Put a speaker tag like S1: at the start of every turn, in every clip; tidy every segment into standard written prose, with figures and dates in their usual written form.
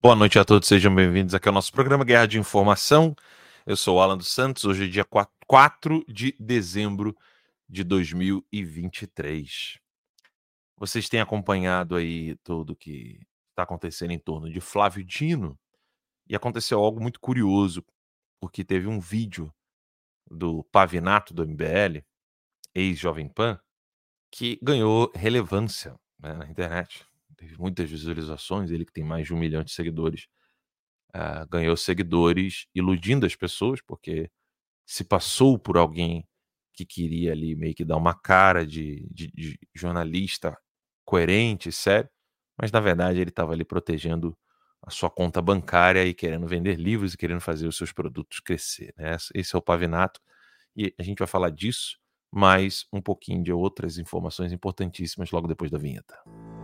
S1: Boa noite a todos, sejam bem-vindos aqui ao nosso programa Guerra de Informação. Eu sou o Alan dos Santos, hoje é dia 4 de dezembro de 2023. Vocês têm acompanhado aí tudo o que está acontecendo em torno de Flávio Dino, e aconteceu algo muito curioso, porque teve um vídeo do Pavinato do MBL, ex-Jovem Pan, que ganhou relevância, né, na internet. Teve muitas visualizações, ele que tem mais de 1 milhão de seguidores. Ganhou seguidores iludindo as pessoas, porque se passou por alguém que queria ali meio que dar uma cara de jornalista coerente, sério, mas na verdade ele estava ali protegendo a sua conta bancária e querendo vender livros e querendo fazer os seus produtos crescer, né? Esse é o Pavinato, e a gente vai falar disso, mais um pouquinho de outras informações importantíssimas logo depois da vinheta.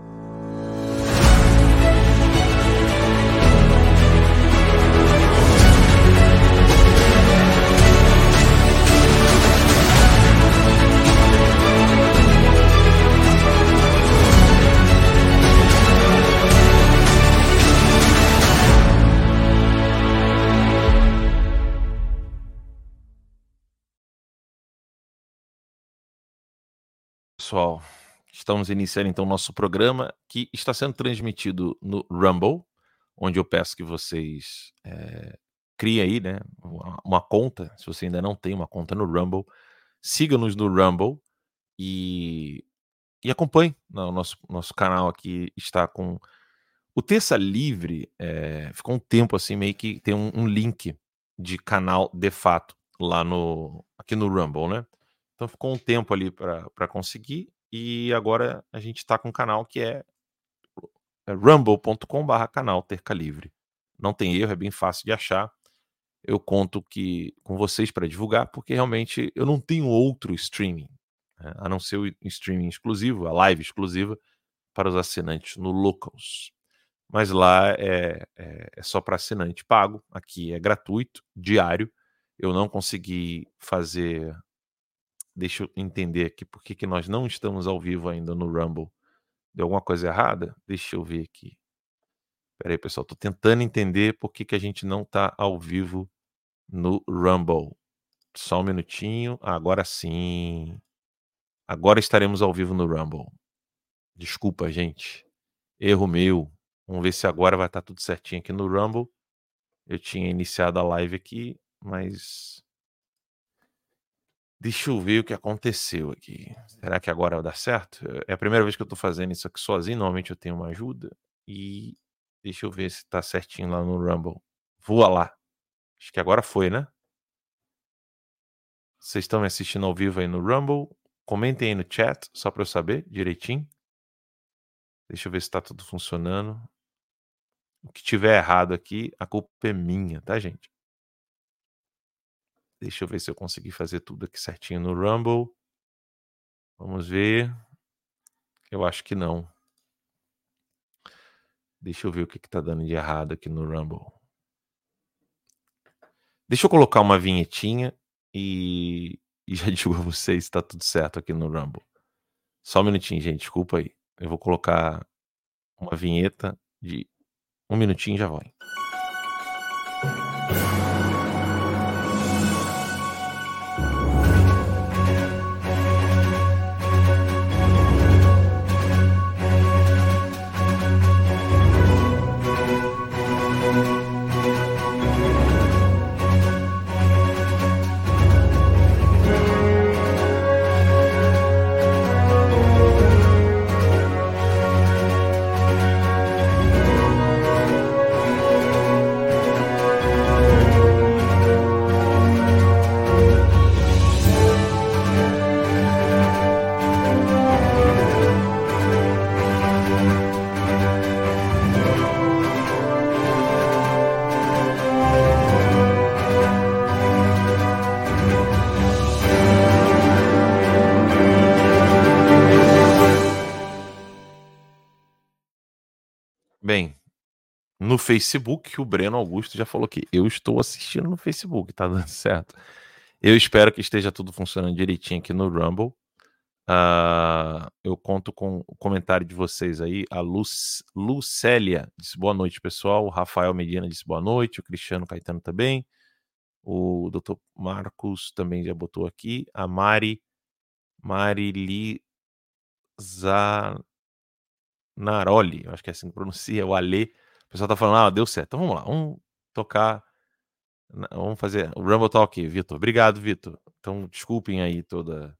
S1: Pessoal, estamos iniciando então nosso programa, que está sendo transmitido no Rumble, onde eu peço que vocês criem aí, né, uma conta. Se você ainda não tem uma conta no Rumble, siga-nos no Rumble e acompanhe o nosso canal aqui. Está com o Terça Livre, ficou um tempo assim, meio que tem um link de canal de fato lá aqui no Rumble, né? Então ficou um tempo ali para conseguir, e agora a gente está com um canal que é rumble.com/canal Terça Livre. Não tem erro, é bem fácil de achar. Eu conto com vocês para divulgar, porque realmente eu não tenho outro streaming, né, a não ser o streaming exclusivo, a live exclusiva para os assinantes no Locals. Mas lá é só para assinante pago, aqui é gratuito, diário. Eu não consegui fazer... Deixa eu entender aqui por que nós não estamos ao vivo ainda no Rumble. Deu alguma coisa errada? Deixa eu ver aqui. Espera aí, pessoal, tô tentando entender por que a gente não tá ao vivo no Rumble. Só um minutinho. Agora sim. Agora estaremos ao vivo no Rumble. Desculpa, gente. Erro meu. Vamos ver se agora vai estar tudo certinho aqui no Rumble. Eu tinha iniciado a live aqui, mas... Deixa eu ver o que aconteceu aqui. Será que agora vai dar certo? É a primeira vez que eu tô fazendo isso aqui sozinho. Normalmente eu tenho uma ajuda. E deixa eu ver se tá certinho lá no Rumble. Voa lá. Acho que agora foi, né? Vocês estão me assistindo ao vivo aí no Rumble? Comentem aí no chat, só para eu saber direitinho. Deixa eu ver se tá tudo funcionando. O que tiver errado aqui, a culpa é minha, tá, gente? Deixa eu ver se eu consegui fazer tudo aqui certinho no Rumble. Vamos ver. Eu acho que não. Deixa eu ver o que tá dando de errado aqui no Rumble. Deixa eu colocar uma vinhetinha e já digo a vocês se tá tudo certo aqui no Rumble. Só um minutinho, gente, desculpa aí. Eu vou colocar uma vinheta de 1 minutinho e já vai. Bem, no Facebook, o Breno Augusto já falou que eu estou assistindo no Facebook, tá dando certo. Eu espero que esteja tudo funcionando direitinho aqui no Rumble. Eu conto com o comentário de vocês aí. A Lucélia disse boa noite, pessoal. O Rafael Medina disse boa noite. O Cristiano Caetano também. O Dr. Marcos também já botou aqui. A Marili Zanaroli, eu acho que é assim que pronuncia. O Alê. O pessoal tá falando, deu certo. Então vamos lá, vamos tocar. Vamos fazer o Rumble Talk, Vitor. Obrigado, Vitor. Então, desculpem aí toda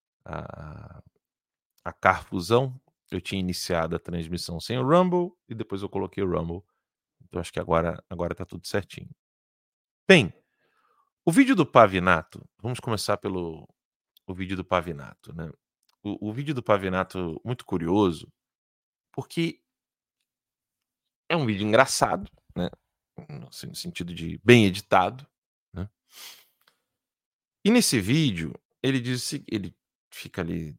S1: a carfusão. Eu tinha iniciado a transmissão sem o Rumble e depois eu coloquei o Rumble. Então acho que agora tá tudo certinho. Bem, o vídeo do Pavinato, vamos começar pelo o vídeo do Pavinato, né? O vídeo do Pavinato, muito curioso, porque é um vídeo engraçado, né? No sentido de bem editado, né? E nesse vídeo, ele fica ali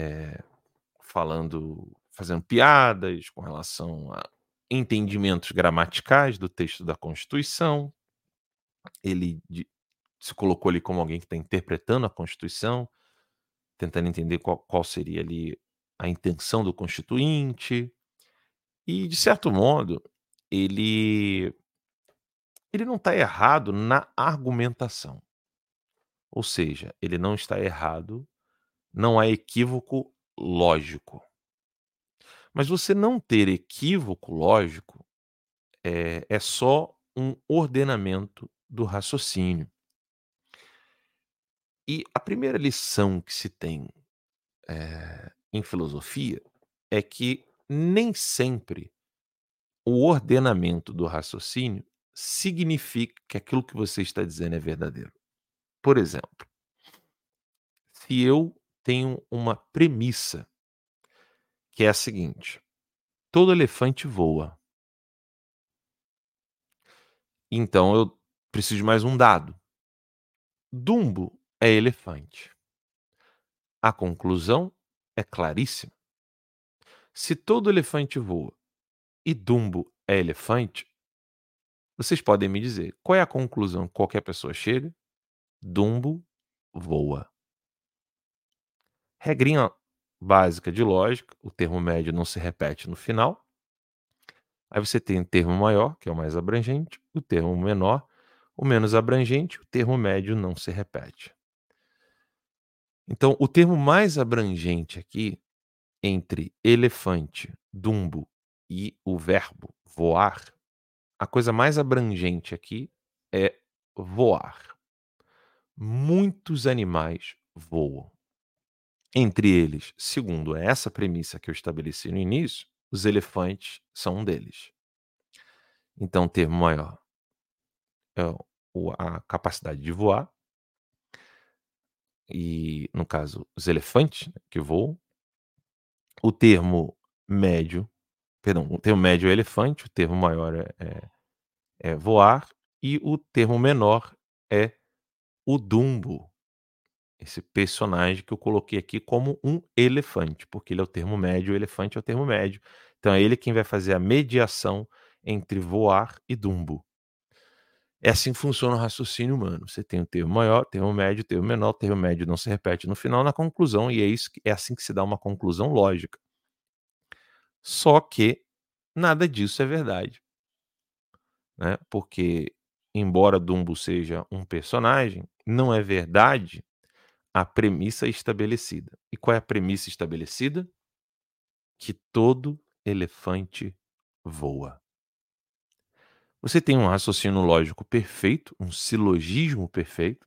S1: fazendo piadas com relação a entendimentos gramaticais do texto da Constituição. Ele se colocou ali como alguém que está interpretando a Constituição, tentando entender qual seria ali a intenção do Constituinte. E, de certo modo, ele não está errado na argumentação. Ou seja, ele não está errado, não há equívoco lógico. Mas você não ter equívoco lógico é só um ordenamento do raciocínio. E a primeira lição que se tem em filosofia é que nem sempre o ordenamento do raciocínio significa que aquilo que você está dizendo é verdadeiro. Por exemplo, se eu tenho uma premissa que é a seguinte: todo elefante voa. Então eu preciso de mais um dado. Dumbo é elefante. A conclusão é claríssima. Se todo elefante voa e Dumbo é elefante, vocês podem me dizer qual é a conclusão que qualquer pessoa chega? Dumbo voa. Regrinha básica de lógica, o termo médio não se repete no final. Aí você tem o termo maior, que é o mais abrangente, o termo menor, o menos abrangente, o termo médio não se repete. Então, o termo mais abrangente aqui, entre elefante, Dumbo e o verbo voar, a coisa mais abrangente aqui é voar. Muitos animais voam. Entre eles, segundo essa premissa que eu estabeleci no início, os elefantes são um deles. Então, o termo maior é a capacidade de voar, e, no caso, os elefantes, né, que voam. O termo médio, o termo médio é elefante, o termo maior é voar, e o termo menor é o Dumbo, esse personagem que eu coloquei aqui como um elefante, porque ele é o termo médio, o elefante é o termo médio. Então é ele quem vai fazer a mediação entre voar e Dumbo. É assim que funciona o raciocínio humano. Você tem o termo maior, termo médio, termo menor, o termo médio não se repete no final, na conclusão, e é assim que se dá uma conclusão lógica. Só que nada disso é verdade, né? Porque, embora Dumbo seja um personagem, não é verdade a premissa estabelecida. E qual é a premissa estabelecida? Que todo elefante voa. Você tem um raciocínio lógico perfeito, um silogismo perfeito,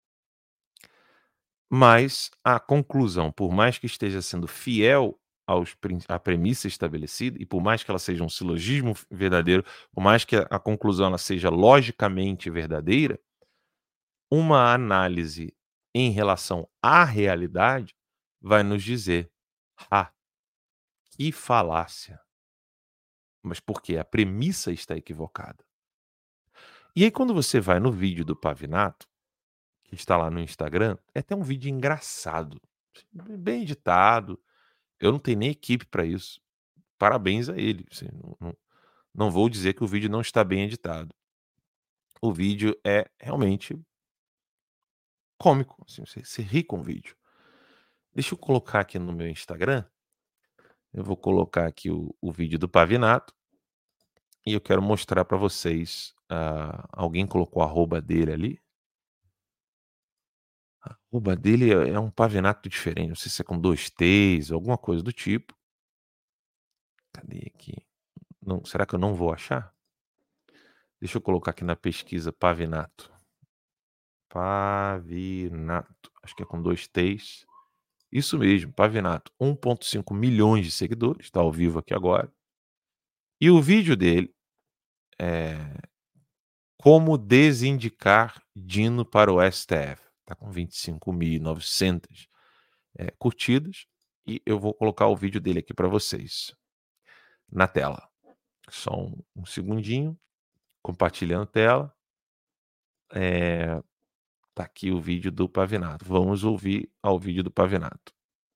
S1: mas a conclusão, por mais que esteja sendo fiel à premissa estabelecida, e por mais que ela seja um silogismo verdadeiro, por mais que a conclusão ela seja logicamente verdadeira, uma análise em relação à realidade vai nos dizer: "Ah, que falácia!" Mas por quê? A premissa está equivocada. E aí quando você vai no vídeo do Pavinato, que está lá no Instagram, é até um vídeo engraçado, bem editado. Eu não tenho nem equipe para isso. Parabéns a ele, assim, não vou dizer que o vídeo não está bem editado. O vídeo é realmente cômico, assim, você ri com o vídeo. Deixa eu colocar aqui no meu Instagram. Eu vou colocar aqui o vídeo do Pavinato. E eu quero mostrar para vocês. Alguém colocou a arroba dele ali. A arroba dele é um Pavinato diferente. Não sei se é com 2 T's, alguma coisa do tipo. Cadê aqui? Não, será que eu não vou achar? Deixa eu colocar aqui na pesquisa Pavinato. Pavinato. Acho que é com 2 T's. Isso mesmo, Pavinato. 1,5 milhões de seguidores. Está ao vivo aqui agora. E o vídeo dele é como desindicar Dino para o STF. Está com 25.900 curtidas. E eu vou colocar o vídeo dele aqui para vocês na tela. Só um segundinho. Compartilhando a tela. Tá aqui o vídeo do Pavinato. Vamos ouvir ao vídeo do Pavinato.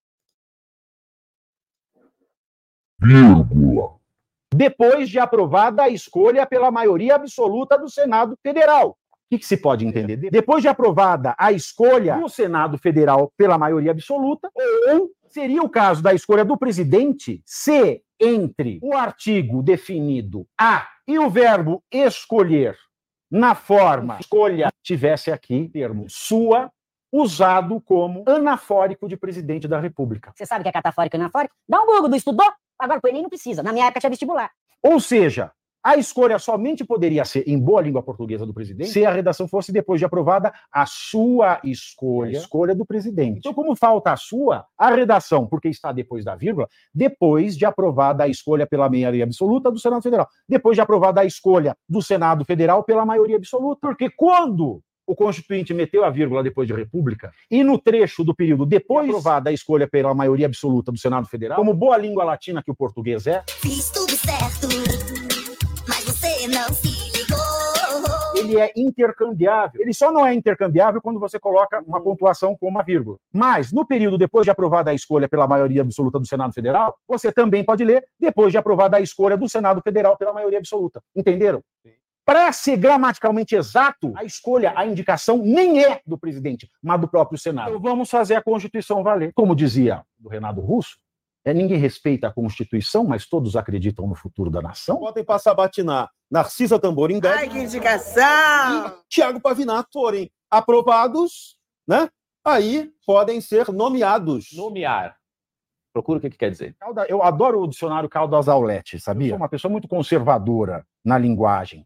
S2: Depois de aprovada a escolha pela maioria absoluta do Senado Federal. O que se pode entender? Depois de aprovada a escolha do Senado Federal pela maioria absoluta, ou seria o caso da escolha do presidente se entre o artigo definido a e o verbo escolher na forma escolha tivesse aqui termo sua usado como anafórico de presidente da República.
S3: Você sabe o que é catafórico e anafórico? Dá um Google, não estudou? Agora o Enem não precisa. Na minha época tinha vestibular.
S2: Ou seja, a escolha somente poderia ser, em boa língua portuguesa do presidente, se a redação fosse depois de aprovada a sua escolha, a escolha do presidente. Então, como falta a sua, a redação, porque está depois da vírgula, depois de aprovada a escolha pela maioria absoluta do Senado Federal. Depois de aprovada a escolha do Senado Federal pela maioria absoluta. Porque quando o Constituinte meteu a vírgula depois de República, e no trecho do período depois de aprovada a escolha pela maioria absoluta do Senado Federal, como boa língua latina que o português é,
S4: fiz tudo certo, mas você não se ligou.
S2: Ele é intercambiável. Ele só não é intercambiável quando você coloca uma pontuação com uma vírgula. Mas, no período depois de aprovada a escolha pela maioria absoluta do Senado Federal, você também pode ler depois de aprovada a escolha do Senado Federal pela maioria absoluta. Entenderam? Para ser gramaticalmente exato, a escolha, a indicação nem é do presidente, mas do próprio Senado. Então vamos fazer a Constituição valer. Como dizia o Renato Russo, ninguém respeita a Constituição, mas todos acreditam no futuro da nação.
S5: Podem passar a batinar Narcisa Tamborindé.
S6: Ai, que indicação!
S5: E Thiago Pavinato forem aprovados, né? Aí podem ser nomeados.
S7: Nomear. Procura o que quer dizer.
S2: Eu adoro o dicionário Caldas Aulete, sabia? Eu sou uma pessoa muito conservadora na linguagem.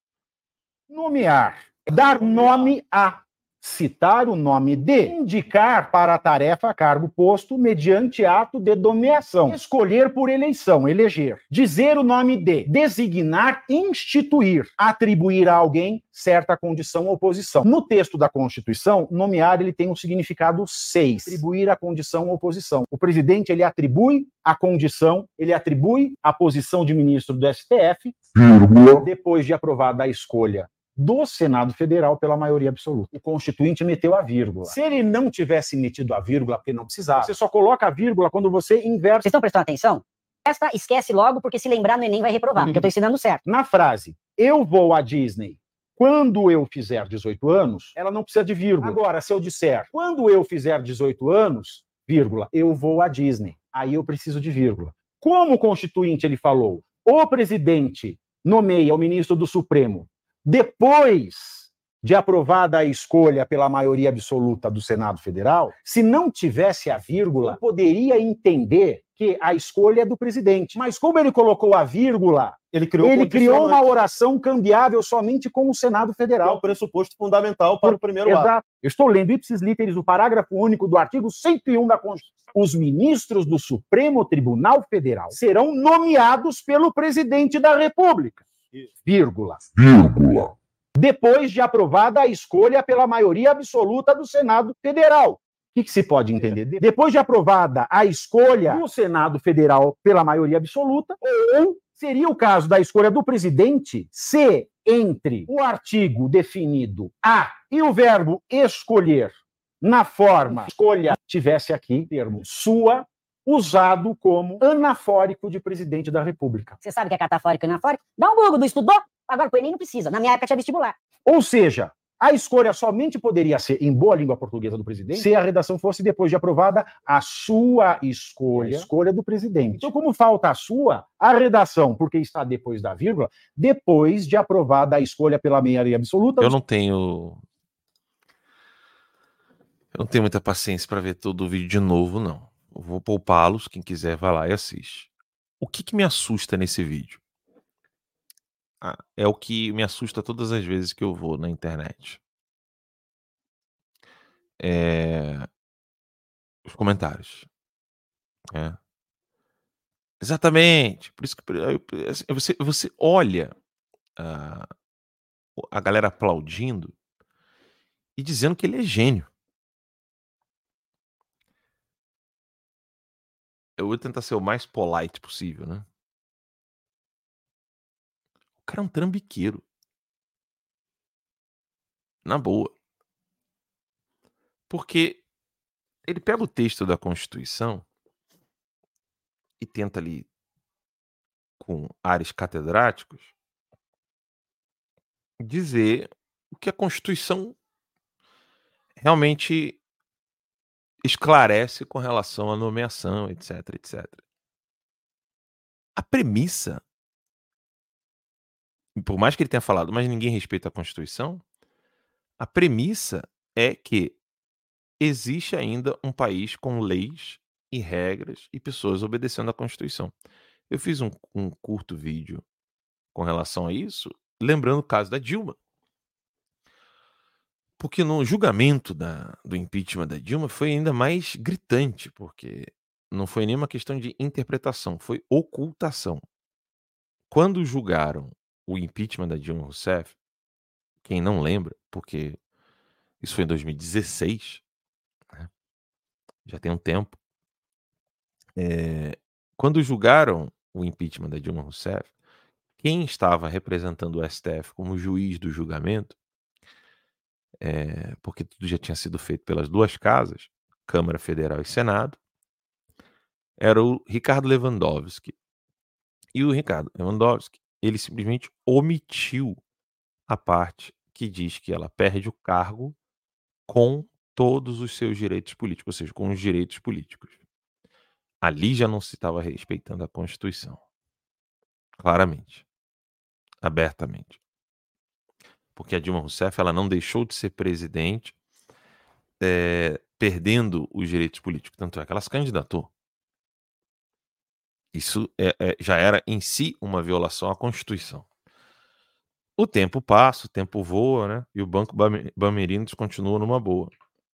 S2: Nomear, dar nome a, citar o nome de, indicar para a tarefa, cargo, posto, mediante ato de nomeação, escolher por eleição, eleger, dizer o nome de, designar, instituir, atribuir a alguém certa condição ou posição. No texto da Constituição, nomear ele tem um significado 6, atribuir a condição ou posição. O presidente ele atribui a condição, ele atribui a posição de ministro do STF, depois de aprovada a escolha do Senado Federal pela maioria absoluta. O Constituinte meteu a vírgula. Se ele não tivesse metido a vírgula, porque não precisava, você só coloca a vírgula quando você inverte.
S3: Vocês estão prestando atenção? Esta esquece logo, porque se lembrar no Enem vai reprovar, porque eu estou ensinando certo.
S2: Na frase, eu vou à Disney quando eu fizer 18 anos, ela não precisa de vírgula. Agora, se eu disser, quando eu fizer 18 anos, vírgula, eu vou à Disney. Aí eu preciso de vírgula. Como o Constituinte ele falou, o presidente nomeia o ministro do Supremo depois de aprovada a escolha pela maioria absoluta do Senado Federal, se não tivesse a vírgula, eu poderia entender que a escolha é do presidente. Mas como ele colocou a vírgula, ele criou uma oração cambiável somente com o Senado Federal.
S5: É o pressuposto fundamental para o primeiro ato.
S2: Exato. Eu estou lendo ipsis literis o parágrafo único do artigo 101 da Constituição. Os ministros do Supremo Tribunal Federal serão nomeados pelo presidente da República. Vírgula. Depois de aprovada a escolha pela maioria absoluta do Senado Federal. O que se pode entender? Depois de aprovada a escolha do Senado Federal pela maioria absoluta, ou seria o caso da escolha do presidente se entre o artigo definido a e o verbo escolher na forma escolha tivesse aqui termo sua usado como anafórico de presidente da República.
S3: Você sabe o que é catafórico e anafórico? Dá um Google, não estudou? Agora o Enem não precisa. Na minha época tinha vestibular.
S2: Ou seja, A escolha somente poderia ser, em boa língua portuguesa do presidente, se a redação fosse, depois de aprovada, a sua escolha, a escolha do presidente. Então, como falta a sua, a redação, porque está depois da vírgula, depois de aprovada a escolha pela maioria absoluta...
S1: Eu não tenho muita paciência para ver todo o vídeo de novo, não. Eu vou poupá-los, quem quiser vai lá e assiste. O que me assusta nesse vídeo? É o que me assusta todas as vezes que eu vou na internet. Os comentários. Exatamente. Por isso que assim, você olha a galera aplaudindo e dizendo que ele é gênio. Eu vou tentar ser o mais polite possível, né? O cara é um trambiqueiro. Na boa. Porque ele pega o texto da Constituição e tenta ali, com ares catedráticos, dizer o que a Constituição realmente esclarece com relação à nomeação, etc, etc. A premissa, por mais que ele tenha falado, mas ninguém respeita a Constituição, a premissa é que existe ainda um país com leis e regras e pessoas obedecendo à Constituição. Eu fiz um curto vídeo com relação a isso, lembrando o caso da Dilma. Porque no julgamento do impeachment da Dilma foi ainda mais gritante, porque não foi nenhuma questão de interpretação, foi ocultação. Quando julgaram o impeachment da Dilma Rousseff, quem não lembra, porque isso foi em 2016, né? Já tem um tempo. Quando julgaram o impeachment da Dilma Rousseff, quem estava representando o STF como juiz do julgamento, porque tudo já tinha sido feito pelas duas casas, Câmara Federal e Senado, era o Ricardo Lewandowski. E o Ricardo Lewandowski, ele simplesmente omitiu a parte que diz que ela perde o cargo com todos os seus direitos políticos, ou seja, com os direitos políticos. Ali já não se estava respeitando a Constituição. Claramente. Abertamente. Porque a Dilma Rousseff, ela não deixou de ser presidente perdendo os direitos políticos. Tanto é que ela se candidatou. Isso já era em si uma violação à Constituição. O tempo passa, o tempo voa, né? E o Banco Bamerinos continua numa boa.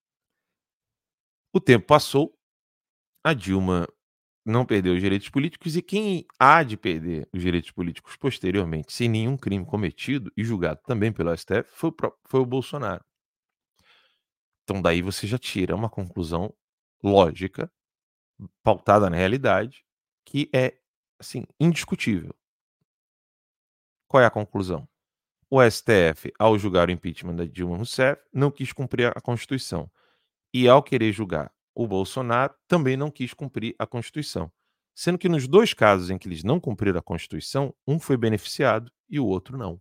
S1: O tempo passou, a Dilma não perdeu os direitos políticos, e quem há de perder os direitos políticos posteriormente, sem nenhum crime cometido e julgado também pelo STF, foi o Bolsonaro. Então daí você já tira uma conclusão lógica, pautada na realidade, que é, assim, indiscutível. Qual é a conclusão? O STF, ao julgar o impeachment da Dilma Rousseff, não quis cumprir a Constituição. E ao querer julgar o Bolsonaro, também não quis cumprir a Constituição. Sendo que nos dois casos em que eles não cumpriram a Constituição, um foi beneficiado e o outro não.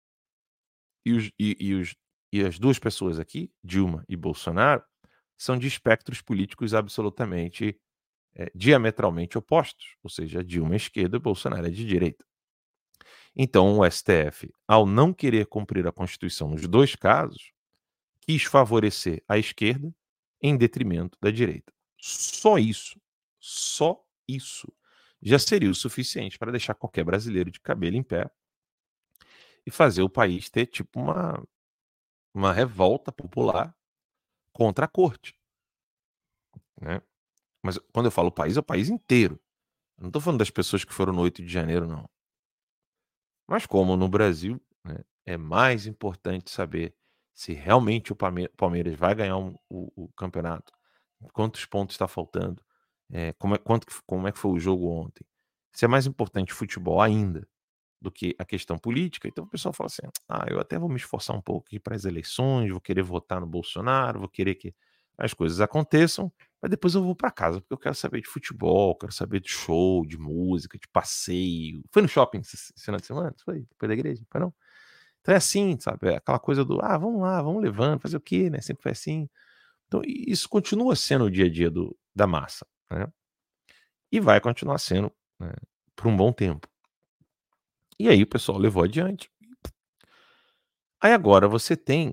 S1: E as duas pessoas aqui, Dilma e Bolsonaro, são de espectros políticos absolutamente, diametralmente opostos. Ou seja, Dilma é esquerda e Bolsonaro é de direita. Então, o STF, ao não querer cumprir a Constituição nos dois casos, quis favorecer a esquerda em detrimento da direita. Só isso já seria o suficiente para deixar qualquer brasileiro de cabelo em pé e fazer o país ter tipo uma revolta popular contra a corte, né? Mas quando eu falo país, é o país inteiro. Eu não estou falando das pessoas que foram no 8 de janeiro, não. Mas como no Brasil, né, é mais importante saber se realmente o Palmeiras vai ganhar o campeonato, quantos pontos está faltando, como é que foi o jogo ontem. Isso é mais importante futebol ainda do que a questão política. Então o pessoal fala assim, eu até vou me esforçar um pouco aqui para as eleições, vou querer votar no Bolsonaro, vou querer que as coisas aconteçam, mas depois eu vou para casa, porque eu quero saber de futebol, quero saber de show, de música, de passeio. Foi no shopping esse final de semana? Foi? Depois da igreja? Foi não? Então é assim, sabe? É aquela coisa do, vamos lá, vamos levando, fazer o quê, né? Sempre foi assim. Então isso continua sendo o dia a dia da massa, né? E vai continuar sendo, né, por um bom tempo. E aí o pessoal levou adiante. Aí agora você tem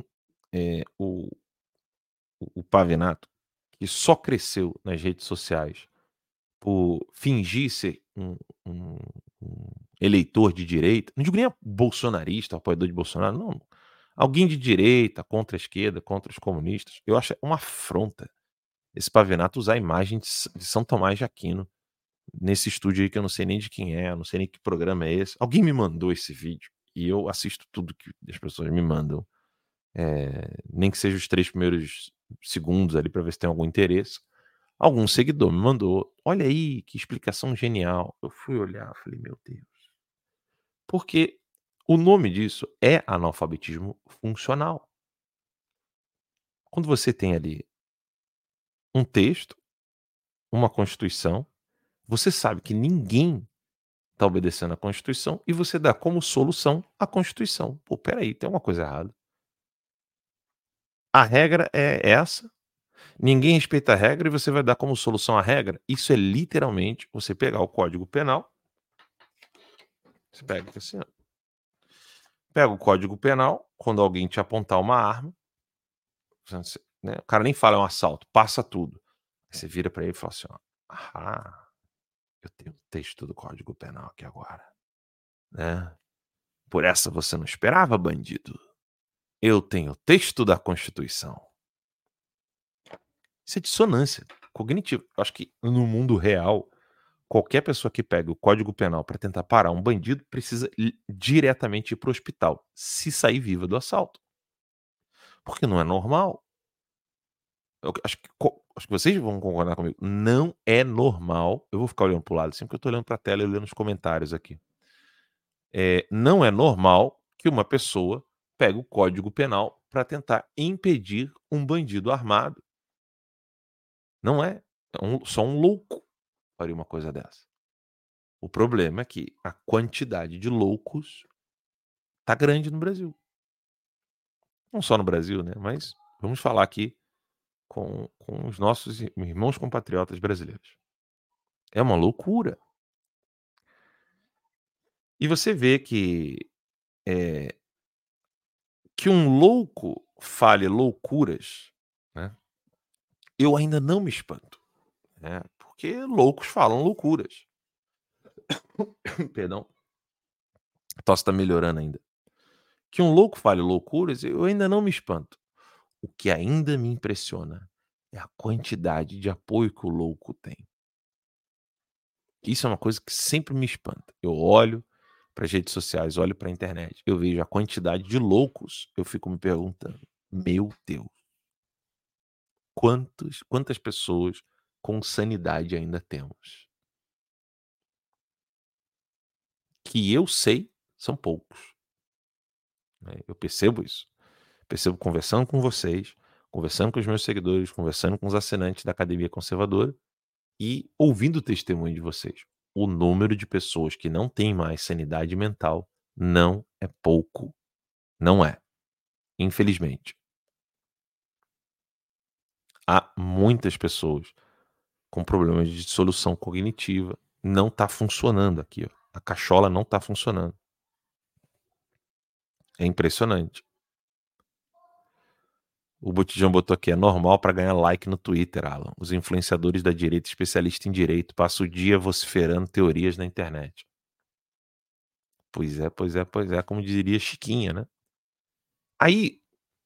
S1: o Pavinato, que só cresceu nas redes sociais por fingir ser um eleitor de direita, não digo nem bolsonarista, apoiador de Bolsonaro, não. Alguém de direita, contra a esquerda, contra os comunistas. Eu acho uma afronta esse Pavinato usar a imagem de São Tomás de Aquino nesse estúdio aí que eu não sei nem de quem é, eu não sei nem que programa é esse. Alguém me mandou esse vídeo e eu assisto tudo que as pessoas me mandam. Nem que seja os 3 primeiros segundos ali para ver se tem algum interesse. Algum seguidor me mandou, olha aí, que explicação genial. Eu fui olhar, falei, meu Deus. Porque o nome disso é analfabetismo funcional. Quando você tem ali um texto, uma Constituição, você sabe que ninguém está obedecendo à Constituição e você dá como solução a Constituição. Pô, peraí, tem uma coisa errada. A regra é essa, ninguém respeita a regra e você vai dar como solução a regra. Isso é literalmente você pegar o Código Penal. Você pega aqui assim, ó. Pega o Código Penal, quando alguém te apontar uma arma, né, o cara nem fala é um assalto, passa tudo. Aí você vira para ele e fala assim, ó, eu tenho o texto do Código Penal aqui agora, né? Por essa você não esperava, bandido? Eu tenho o texto da Constituição. Isso é dissonância cognitiva. Eu acho que no mundo real, qualquer pessoa que pega o Código Penal para tentar parar um bandido precisa diretamente ir para o hospital, se sair viva do assalto. Porque não é normal. Eu acho que vocês vão concordar comigo. Não é normal. Eu vou ficar olhando para o lado assim, porque eu estou olhando para a tela e lendo os comentários aqui. Não é normal que uma pessoa pegue o Código Penal para tentar impedir um bandido armado. Não é. Só um louco faria uma coisa dessa. O problema é que a quantidade de loucos tá grande no Brasil. Não só no Brasil, né? Mas vamos falar aqui com os nossos irmãos compatriotas brasileiros. É uma loucura. E você vê que um louco fale loucuras, né? Eu ainda não me espanto, né? Porque loucos falam loucuras. Perdão. A tosse tá melhorando ainda. Que um louco fale loucuras, eu ainda não me espanto. O que ainda me impressiona é a quantidade de apoio que o louco tem. Isso é uma coisa que sempre me espanta. Eu olho para as redes sociais, olho para a internet, eu vejo a quantidade de loucos, eu fico me perguntando, meu Deus, quantas pessoas com sanidade ainda temos? Que eu sei, são poucos. Eu percebo isso. Percebo conversando com vocês, conversando com os meus seguidores, conversando com os assinantes da Academia Conservadora e ouvindo o testemunho de vocês. O número de pessoas que não têm mais sanidade mental não é pouco. Não é. Infelizmente. Há muitas pessoas com problemas de dissolução cognitiva. Não está funcionando aqui. Ó. A cachola não está funcionando. É impressionante. O Botijão botou aqui, é normal para ganhar like no Twitter, Alan. Os influenciadores da direita, especialistas em direito, passam o dia vociferando teorias na internet. Pois é, como diria Chiquinha, né? Aí,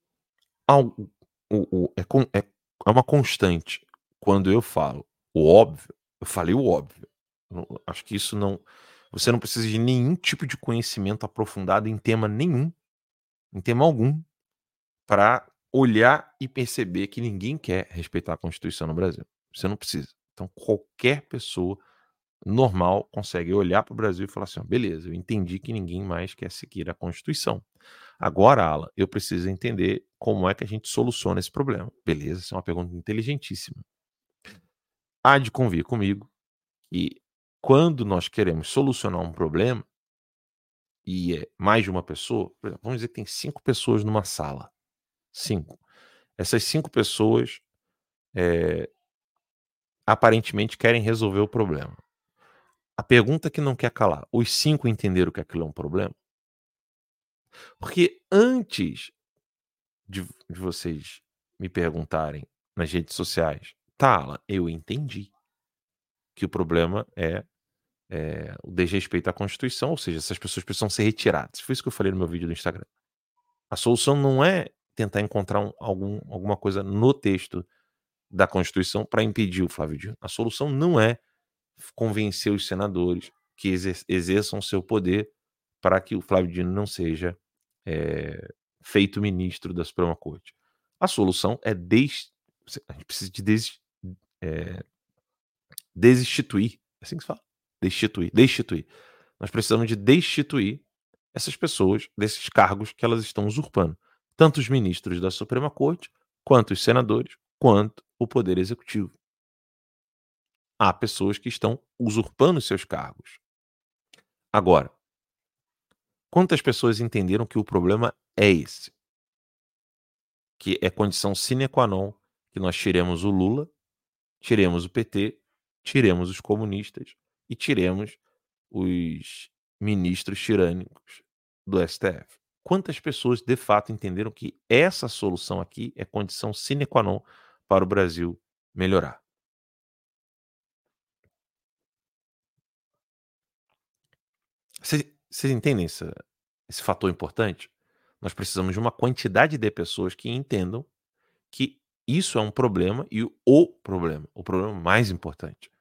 S1: é uma constante. Quando eu falo o óbvio, eu falei o óbvio. Acho que isso não... Você não precisa de nenhum tipo de conhecimento aprofundado em tema nenhum, em tema algum, para olhar e perceber que ninguém quer respeitar a Constituição no Brasil. Você não precisa. Então, qualquer pessoa normal consegue olhar para o Brasil e falar assim, beleza, eu entendi que ninguém mais quer seguir a Constituição. Agora, Alan, eu preciso entender como é que a gente soluciona esse problema. Beleza, essa é uma pergunta inteligentíssima. Há de convir comigo que quando nós queremos solucionar um problema, e é mais de uma pessoa, por exemplo, vamos dizer que tem 5 pessoas numa sala. 5. Essas 5 pessoas aparentemente querem resolver o problema. A pergunta que não quer calar: os 5 entenderam que aquilo é um problema? Porque antes de vocês me perguntarem nas redes sociais, tá, Alan, eu entendi que o problema é o desrespeito à Constituição, ou seja, essas pessoas precisam ser retiradas. Foi isso que eu falei no meu vídeo do Instagram. A solução não é tentar encontrar alguma coisa no texto da Constituição para impedir o Flávio Dino. A solução não é convencer os senadores que exerçam seu poder para que o Flávio Dino não seja feito ministro da Suprema Corte. A solução é a gente precisa de destituir. É assim que se fala? Destituir. Nós precisamos de destituir essas pessoas desses cargos que elas estão usurpando. Tanto os ministros da Suprema Corte, quanto os senadores, quanto o Poder Executivo. Há pessoas que estão usurpando seus cargos. Agora, quantas pessoas entenderam que o problema é esse? Que é condição sine qua non que nós tiremos o Lula, tiremos o PT, tiremos os comunistas e tiremos os ministros tirânicos do STF. Quantas pessoas de fato entenderam que essa solução aqui é condição sine qua non para o Brasil melhorar? Vocês entendem esse fator importante? Nós precisamos de uma quantidade de pessoas que entendam que isso é um problema e o problema mais importante.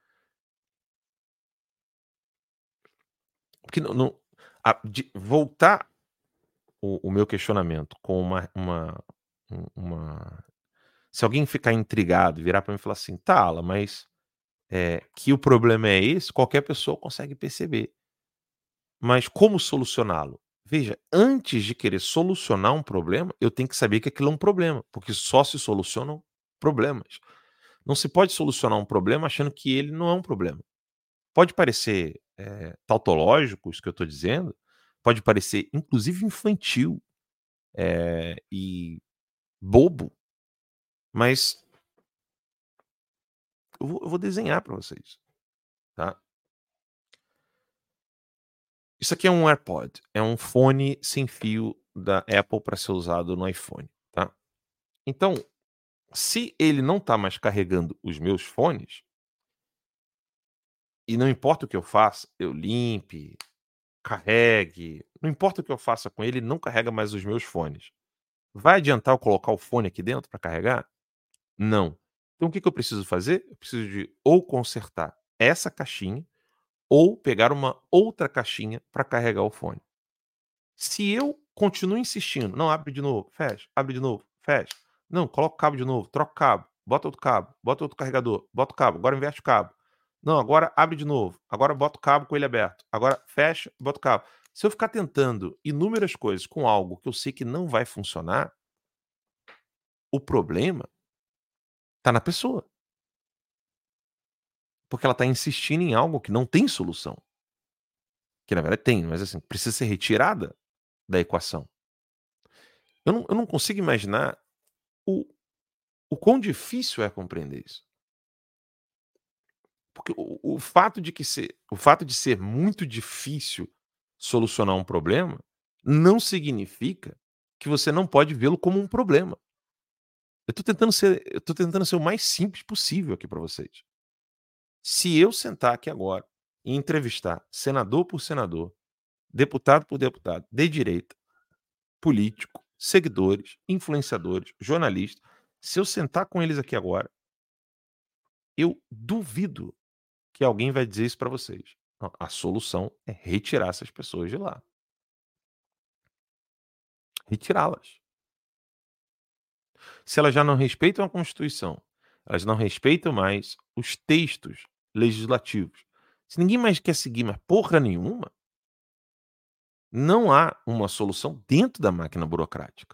S1: Porque voltar o meu questionamento com se alguém ficar intrigado, virar para mim e falar assim, tá, Alan, mas que o problema é esse, qualquer pessoa consegue perceber. Mas como solucioná-lo? Veja, antes de querer solucionar um problema, eu tenho que saber que aquilo é um problema, porque só se solucionam problemas. Não se pode solucionar um problema achando que ele não é um problema. Pode parecer tautológico isso que eu estou dizendo, pode parecer inclusive infantil e bobo, mas eu vou desenhar para vocês, tá? Isso aqui é um AirPod, é um fone sem fio da Apple para ser usado no iPhone, tá? Então, se ele não está mais carregando os meus fones, e não importa o que eu faça, eu limpe, carregue, não importa o que eu faça com ele, não carrega mais os meus fones. Vai adiantar eu colocar o fone aqui dentro para carregar? Não. Então o que eu preciso fazer? Eu preciso de ou consertar essa caixinha ou pegar uma outra caixinha para carregar o fone. Se eu continuo insistindo, não, abre de novo, fecha, abre de novo, fecha. Não, coloca o cabo de novo, troca o cabo, bota outro carregador, bota o cabo, agora inverte o cabo. Não, agora abre de novo, agora bota o cabo com ele aberto, agora fecha, bota o cabo. Se eu ficar tentando inúmeras coisas com algo que eu sei que não vai funcionar, o problema está na pessoa. Porque ela está insistindo em algo que não tem solução. Que na verdade tem, mas assim, precisa ser retirada da equação. Eu não consigo imaginar o quão difícil é compreender isso. Porque o fato de ser muito difícil solucionar um problema não significa que você não pode vê-lo como um problema. Eu tô tentando ser o mais simples possível aqui para vocês. Se eu sentar aqui agora e entrevistar senador por senador, deputado por deputado, de direita, político, seguidores, influenciadores, jornalistas, se eu sentar com eles aqui agora, eu duvido que alguém vai dizer isso para vocês. Não, a solução é retirar essas pessoas de lá. Retirá-las. Se elas já não respeitam a Constituição, elas não respeitam mais os textos legislativos. Se ninguém mais quer seguir mais porra nenhuma, não há uma solução dentro da máquina burocrática.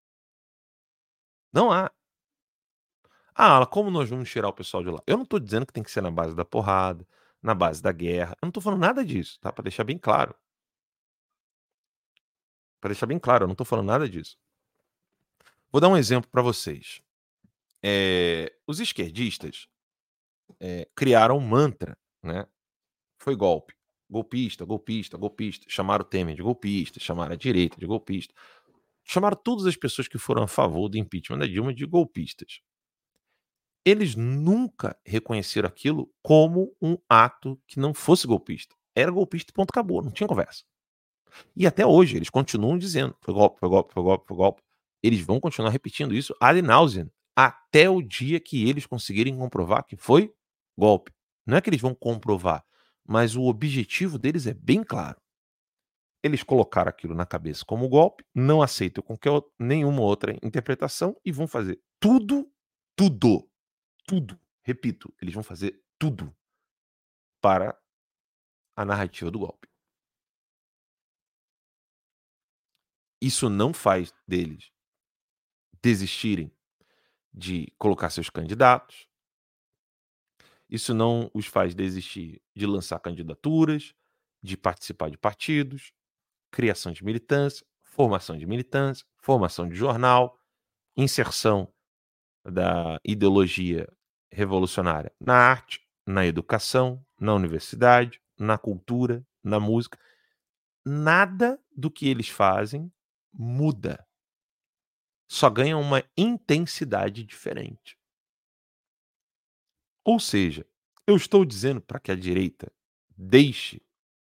S1: Não há. Ah, como nós vamos tirar o pessoal de lá? Eu não estou dizendo que tem que ser na base da porrada, na base da guerra. Eu não estou falando nada disso, tá? Para deixar bem claro. Para deixar bem claro, eu não estou falando nada disso. Vou dar um exemplo para vocês. Os esquerdistas criaram um mantra, né? Foi golpe. Golpista, golpista, golpista. Chamaram o Temer de golpista, chamaram a direita de golpista. Chamaram todas as pessoas que foram a favor do impeachment da Dilma de golpistas. Eles nunca reconheceram aquilo como um ato que não fosse golpista. Era golpista e ponto, acabou, não tinha conversa. E até hoje eles continuam dizendo, foi golpe, foi golpe, foi golpe, foi golpe. Eles vão continuar repetindo isso ad nauseam, até o dia que eles conseguirem comprovar que foi golpe. Não é que eles vão comprovar, mas o objetivo deles é bem claro. Eles colocaram aquilo na cabeça como golpe, não aceitam nenhuma outra interpretação e vão fazer tudo, repito, eles vão fazer tudo para a narrativa do golpe. Isso não faz deles desistirem de colocar seus candidatos. Isso não os faz desistir de lançar candidaturas, de participar de partidos, criação de militância, formação de jornal, inserção da ideologia revolucionária na arte, na educação, na universidade, na cultura, na música. Nada do que eles fazem muda. Só ganha uma intensidade diferente. Ou seja, eu estou dizendo para que a direita deixe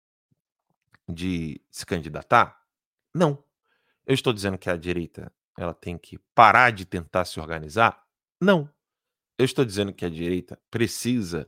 S1: de se candidatar? Não. Eu estou dizendo que a direita ela tem que parar de tentar se organizar? Não. Eu estou dizendo que a direita precisa,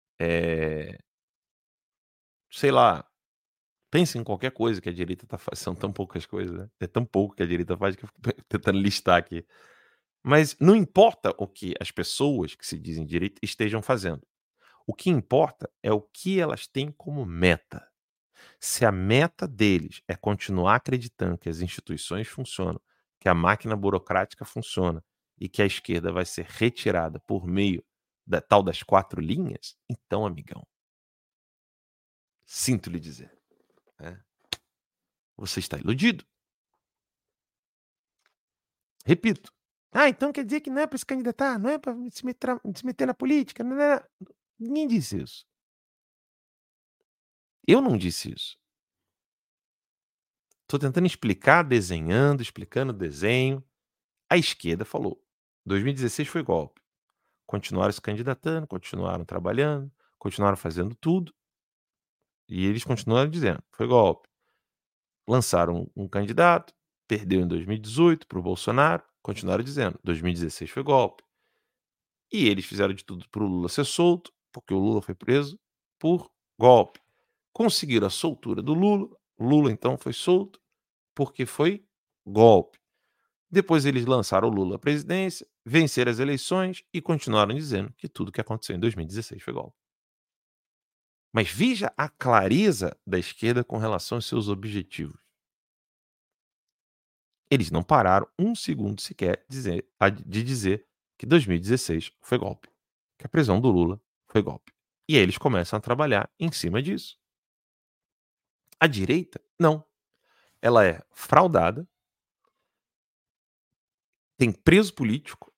S1: sei lá, pense em qualquer coisa que a direita está fazendo. São tão poucas coisas, né? É tão pouco que a direita faz que eu fico tentando listar aqui. Mas não importa o que as pessoas que se dizem direita estejam fazendo. O que importa é o que elas têm como meta. Se a meta deles é continuar acreditando que as instituições funcionam, que a máquina burocrática funciona e que a esquerda vai ser retirada por meio da tal das 4 linhas, então, amigão, sinto lhe dizer, né? Você está iludido. Repito. Então quer dizer que não é para se candidatar, não é para se meter na política. Não é... Ninguém disse isso. Eu não disse isso. Estou tentando explicar, desenhando, explicando o desenho. A esquerda falou, 2016 foi golpe. Continuaram se candidatando, continuaram trabalhando, continuaram fazendo tudo. E eles continuaram dizendo, foi golpe. Lançaram um candidato, perdeu em 2018 para o Bolsonaro, continuaram dizendo, 2016 foi golpe. E eles fizeram de tudo para o Lula ser solto, porque o Lula foi preso por golpe. Conseguiram a soltura do Lula, o Lula então foi solto, porque foi golpe. Depois eles lançaram o Lula à presidência, venceram as eleições e continuaram dizendo que tudo que aconteceu em 2016 foi golpe. Mas veja a clareza da esquerda com relação aos seus objetivos. Eles não pararam um segundo sequer de dizer que 2016 foi golpe, que a prisão do Lula foi golpe. E aí eles começam a trabalhar em cima disso. A direita, não. Ela é fraudada, tem preso político,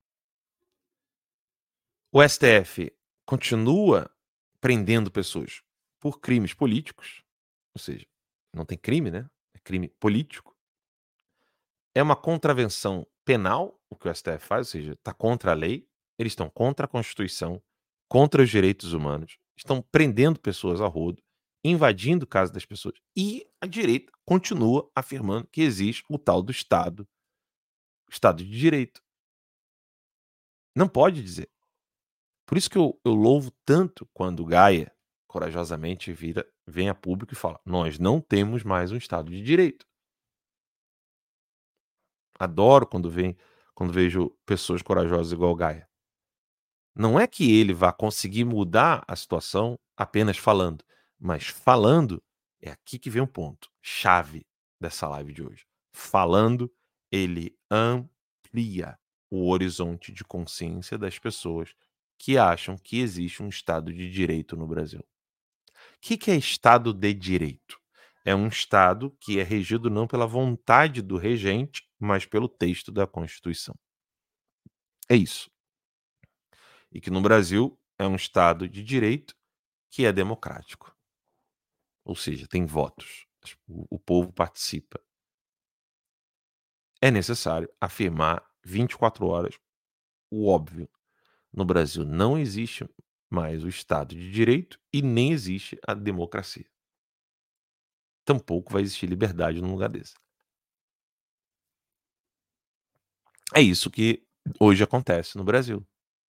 S1: o STF continua prendendo pessoas por crimes políticos, ou seja, não tem crime, né? É crime político. É uma contravenção penal o que o STF faz, ou seja, está contra a lei, eles estão contra a Constituição, contra os direitos humanos, estão prendendo pessoas a rodo, invadindo casa das pessoas. E a direita continua afirmando que existe o tal do Estado de Direito. Não pode dizer. Por isso que eu louvo tanto quando Gaia corajosamente vem a público e fala, nós não temos mais um Estado de Direito. Adoro quando vejo pessoas corajosas igual Gaia. Não é que ele vá conseguir mudar a situação apenas falando, mas falando é aqui que vem um ponto chave dessa live de hoje. Falando, ele amplia o horizonte de consciência das pessoas que acham que existe um Estado de Direito no Brasil. O que é Estado de Direito? é um Estado que é regido não pela vontade do regente, mas pelo texto da Constituição. É isso. E que no Brasil é um Estado de direito que é democrático. Ou seja, tem votos. O povo participa. É necessário afirmar 24 horas o óbvio. No Brasil não existe mais o Estado de direito e nem existe a democracia. Tampouco vai existir liberdade num lugar desse. É isso que hoje acontece no Brasil.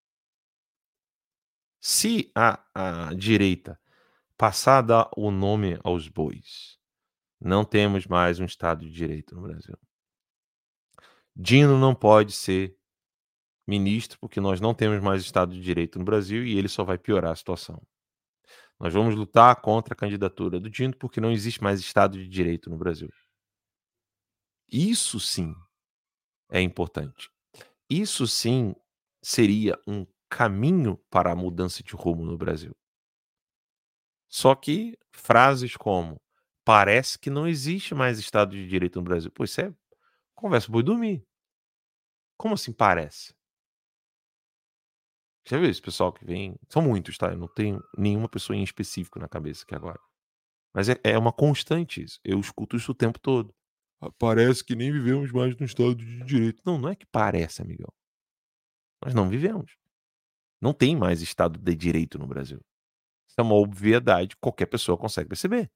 S1: Se a direita passar a dar o nome aos bois, não temos mais um Estado de direito no Brasil. Dino não pode ser ministro porque nós não temos mais Estado de direito no Brasil e ele só vai piorar a situação. Nós vamos lutar contra a candidatura do Dino porque não existe mais Estado de direito no Brasil. Isso sim é importante. Isso sim seria um caminho para a mudança de rumo no Brasil. Só que frases como parece que não existe mais Estado de direito no Brasil. Pô, isso é conversa boi dormir. Como assim parece? Já viu esse pessoal que vem? São muitos, tá? Eu não tenho nenhuma pessoa em específico na cabeça aqui agora. Mas é uma constante isso. Eu escuto isso o tempo todo. Parece que nem vivemos mais no Estado de Direito. Não é que parece, amigão. Nós não vivemos. Não tem mais Estado de Direito no Brasil. Isso é uma obviedade, qualquer pessoa consegue perceber.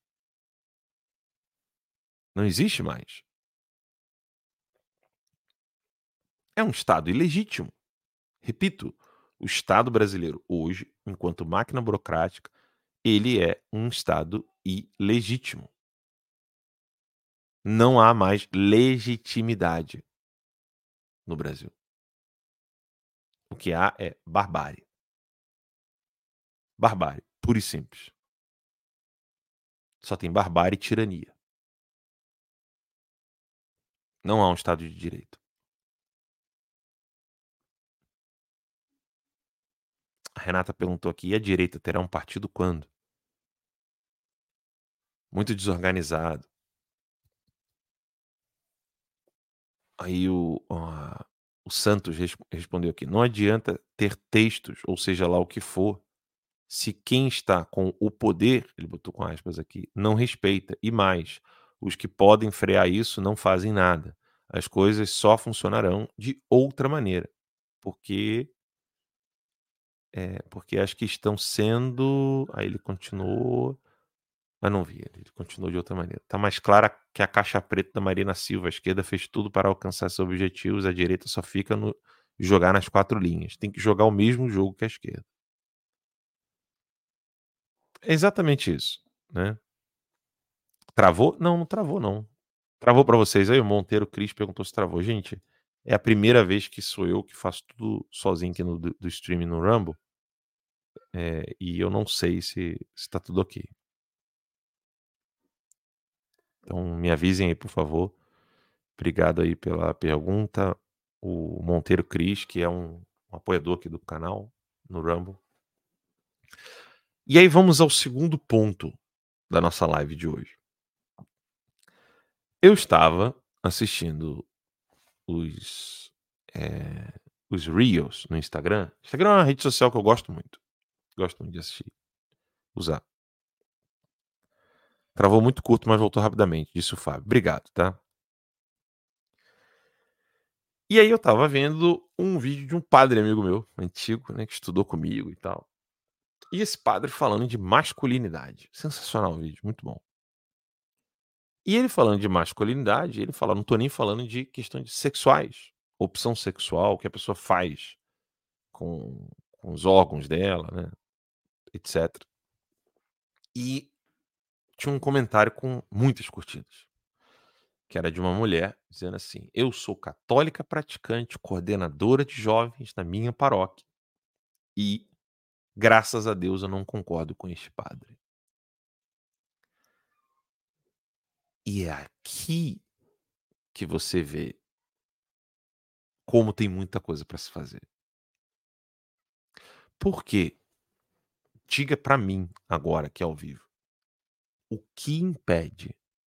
S1: Não existe mais. É um Estado ilegítimo. Repito, o Estado brasileiro hoje, enquanto máquina burocrática, ele é um Estado ilegítimo. Não há mais legitimidade no Brasil. O que há é barbárie. Barbárie, pura e simples. Só tem barbárie e tirania. Não há um Estado de Direito. A Renata perguntou aqui, e a direita terá um partido quando? Muito desorganizado. Aí o Santos respondeu aqui, não adianta ter textos, ou seja lá o que for, se quem está com o poder, ele botou com aspas aqui, não respeita. E mais, os que podem frear isso não fazem nada. As coisas só funcionarão de outra maneira. Porque as que estão sendo... Aí ele continuou... Mas não vi, ele continuou de outra maneira. Tá mais clara que a caixa preta da Marina Silva. A esquerda fez tudo para alcançar seus objetivos, a direita só fica no jogar nas 4 linhas. Tem que jogar o mesmo jogo que a esquerda. É exatamente isso, né? Travou? Não, não travou, não. Travou para vocês aí? O Monteiro Cris perguntou se travou. Gente, é a primeira vez que sou eu que faço tudo sozinho aqui do streaming no Rumble. E eu não sei se tá tudo ok. Então me avisem aí, por favor. Obrigado aí pela pergunta. O Monteiro Cris, que é um apoiador aqui do canal, no Rumble. E aí vamos ao segundo ponto da nossa live de hoje. Eu estava assistindo os Reels no Instagram. Instagram é uma rede social que eu gosto muito. Gosto muito de assistir. Usar. Travou muito curto, mas voltou rapidamente, disse o Fábio. Obrigado, tá? E aí eu tava vendo um vídeo de um padre amigo meu, antigo, né, que estudou comigo e tal. E esse padre falando de masculinidade. Sensacional o vídeo, muito bom. E ele falando de masculinidade, ele fala, não tô nem falando de questões sexuais, opção sexual que a pessoa faz com os órgãos dela, né, etc. E tinha um comentário com muitas curtidas, que era de uma mulher dizendo assim: eu sou católica praticante, coordenadora de jovens na minha paróquia e, graças a Deus, eu não concordo com este padre. E é aqui que você vê como tem muita coisa para se fazer. Por quê? Diga para mim agora que é ao vivo. O que impede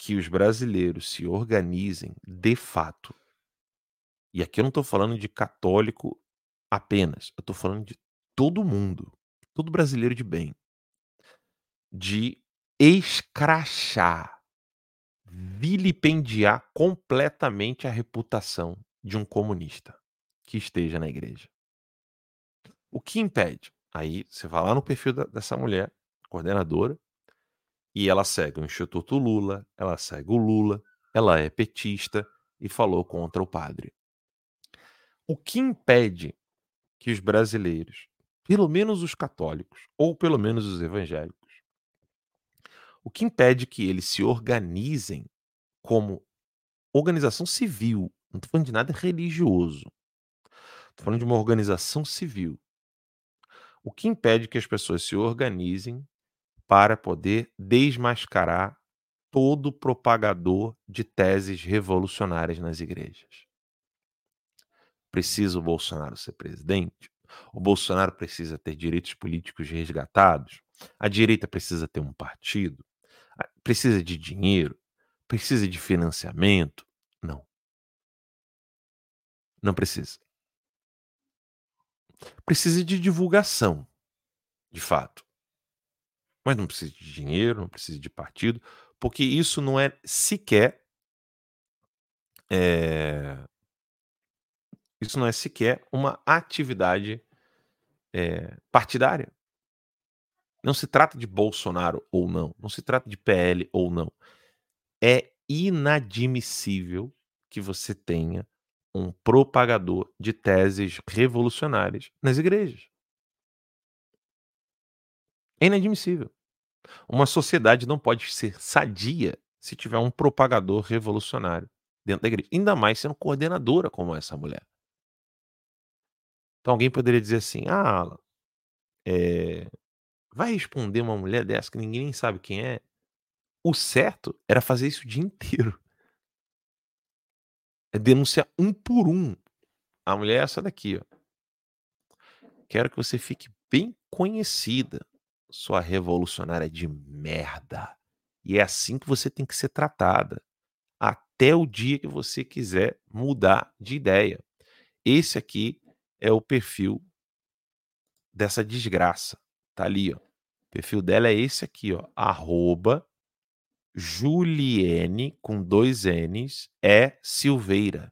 S1: que os brasileiros se organizem de fato. E aqui eu não estou falando de católico apenas, eu estou falando de todo mundo, todo brasileiro de bem, de escrachar, vilipendiar completamente a reputação de um comunista que esteja na igreja. O que impede? Aí você vai lá no perfil dessa mulher, coordenadora, e ela segue o Instituto Lula, ela segue o Lula, ela é petista e falou contra o padre. O que impede que os brasileiros, pelo menos os católicos, ou pelo menos os evangélicos, o que impede que eles se organizem como organização civil, não estou falando de nada religioso, estou falando de uma organização civil. O que impede que as pessoas se organizem para poder desmascarar todo propagador de teses revolucionárias nas igrejas? Precisa o Bolsonaro ser presidente? O Bolsonaro precisa ter direitos políticos resgatados? A direita precisa ter um partido? Precisa de dinheiro? Precisa de financiamento? Não. Não precisa. Precisa de divulgação, de fato. Mas não precisa de dinheiro, não precisa de partido, porque isso não é sequer isso não é sequer uma atividade partidária. Não se trata de Bolsonaro ou não, não se trata de PL ou não. É inadmissível que você tenha um propagador de teses revolucionárias nas igrejas. É inadmissível. Uma sociedade não pode ser sadia se tiver um propagador revolucionário dentro da igreja. Ainda mais sendo coordenadora como essa mulher. Então alguém poderia dizer assim, Alan, vai responder uma mulher dessa que ninguém nem sabe quem é? O certo era fazer isso o dia inteiro. É denunciar um por um. A mulher é essa daqui, ó. Quero que você fique bem conhecida, sua revolucionária de merda. E é assim que você tem que ser tratada. Até o dia que você quiser mudar de ideia. Esse aqui é o perfil dessa desgraça. Tá ali, ó. O perfil dela é esse aqui, ó. @Juliene, com 2 N's, Silveira.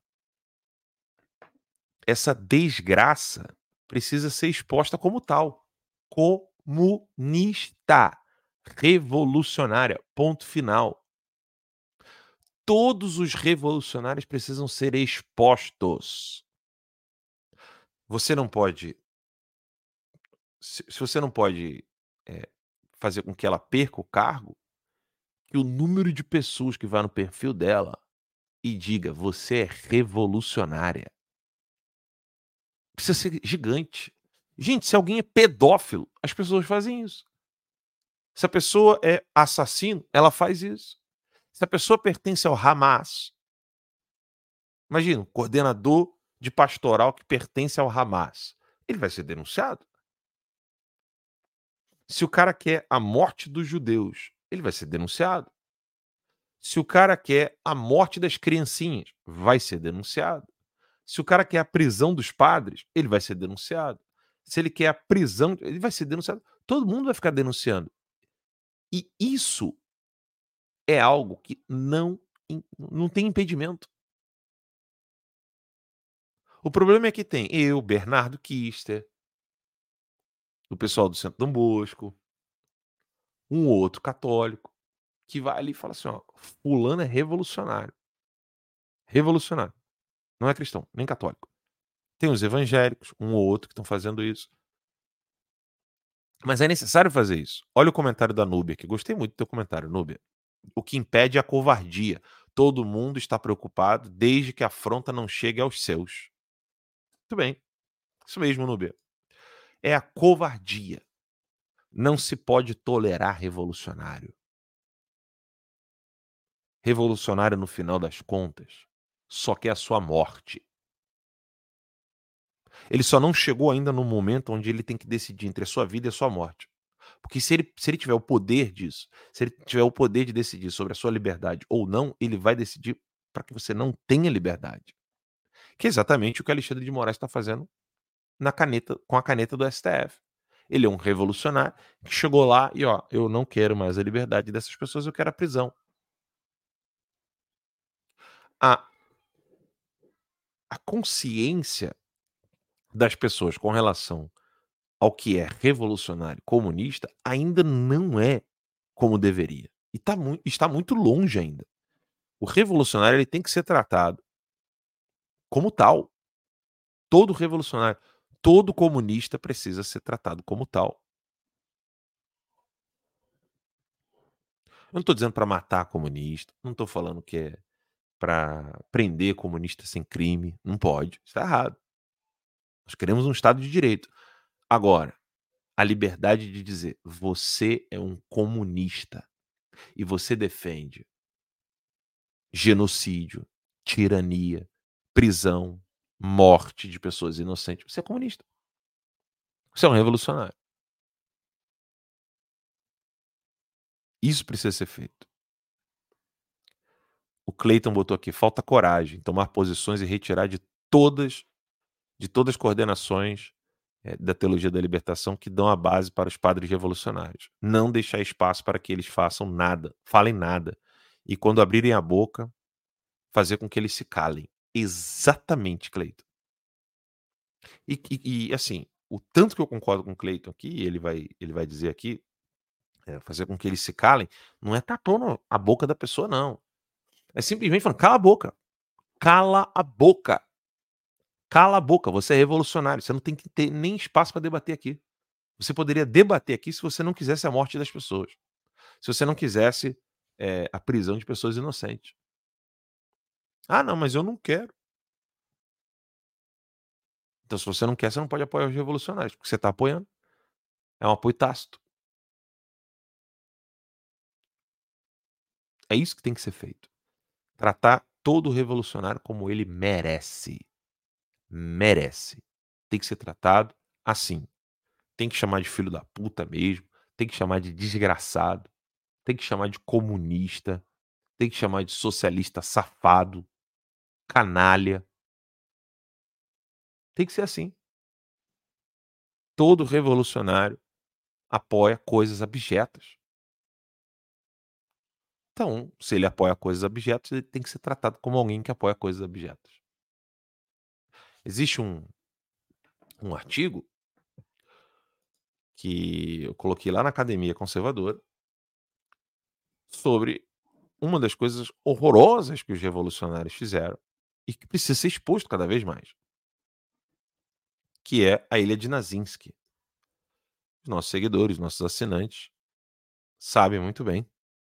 S1: Essa desgraça precisa ser exposta como tal. Comunista. Revolucionária. Ponto final. Todos os revolucionários precisam ser expostos. Você não pode... Se você não pode fazer com que ela perca o cargo, que o número de pessoas que vai no perfil dela e diga, você é revolucionária, precisa ser gigante. Gente, se alguém é pedófilo, as pessoas fazem isso. Se a pessoa é assassino, ela faz isso. Se a pessoa pertence ao Hamas, imagina, um coordenador de pastoral que pertence ao Hamas, ele vai ser denunciado. Se o cara quer a morte dos judeus, ele vai ser denunciado. Se o cara quer a morte das criancinhas, vai ser denunciado. Se o cara quer a prisão dos padres, ele vai ser denunciado. Se ele quer a prisão, ele vai ser denunciado. Todo mundo vai ficar denunciando. E isso é algo que não tem impedimento. O problema é que tem eu, Bernardo Kister, o pessoal do Centro Dom Bosco, um outro católico, que vai ali e fala assim, ó, fulano é revolucionário. Revolucionário. Não é cristão, nem católico. Tem os evangélicos, um ou outro que estão fazendo isso. Mas é necessário fazer isso. Olha o comentário da Núbia, que gostei muito do teu comentário, Núbia. O que impede é a covardia. Todo mundo está preocupado desde que a afronta não chegue aos seus. Muito bem. Isso mesmo, Núbia. É a covardia. Não se pode tolerar revolucionário. Revolucionário, no final das contas, só quer a sua morte. Ele só não chegou ainda no momento onde ele tem que decidir entre a sua vida e a sua morte. Porque se ele tiver o poder disso, se ele tiver o poder de decidir sobre a sua liberdade ou não, ele vai decidir para que você não tenha liberdade. Que é exatamente o que Alexandre de Moraes está fazendo com a caneta do STF. Ele é um revolucionário que chegou lá e, ó, eu não quero mais a liberdade dessas pessoas, eu quero a prisão. A consciência das pessoas com relação ao que é revolucionário comunista ainda não é como deveria. E está muito longe ainda. O revolucionário ele tem que ser tratado como tal. Todo revolucionário, todo comunista precisa ser tratado como tal. Eu não estou dizendo para matar comunista, não estou falando que é para prender comunista sem crime. Não pode, está errado. Nós queremos um Estado de Direito. Agora, a liberdade de dizer você é um comunista e você defende genocídio, tirania, prisão, morte de pessoas inocentes. Você é comunista. Você é um revolucionário. Isso precisa ser feito. O Cleiton botou aqui, falta coragem, tomar posições e retirar de todas as coordenações da teologia da libertação que dão a base para os padres revolucionários. Não deixar espaço para que eles façam nada, falem nada. E quando abrirem a boca, fazer com que eles se calem. Exatamente, Cleiton. E assim, o tanto que eu concordo com o Cleiton aqui, ele vai dizer aqui, fazer com que eles se calem, não é tapando a boca da pessoa, não. É simplesmente falando, cala a boca. Cala a boca. Cala a boca, você é revolucionário, você não tem que ter nem espaço para debater aqui. Você poderia debater aqui se você não quisesse a morte das pessoas. Se você não quisesse a prisão de pessoas inocentes. Ah, não, mas eu não quero. Então, se você não quer, você não pode apoiar os revolucionários, porque você está apoiando. É um apoio tácito. É isso que tem que ser feito. Tratar todo revolucionário como ele merece. Merece. Tem que ser tratado assim. Tem que chamar de filho da puta mesmo. Tem que chamar de desgraçado. Tem que chamar de comunista. Tem que chamar de socialista safado. Canalha. Tem que ser assim. Todo revolucionário apoia coisas abjetas. Então, se ele apoia coisas abjetas, ele tem que ser tratado como alguém que apoia coisas abjetas. Existe um artigo que eu coloquei lá na Academia Conservadora sobre uma das coisas horrorosas que os revolucionários fizeram e que precisa ser exposto cada vez mais, que é a Ilha de Nazinski. Os nossos seguidores, nossos assinantes, sabem muito bem.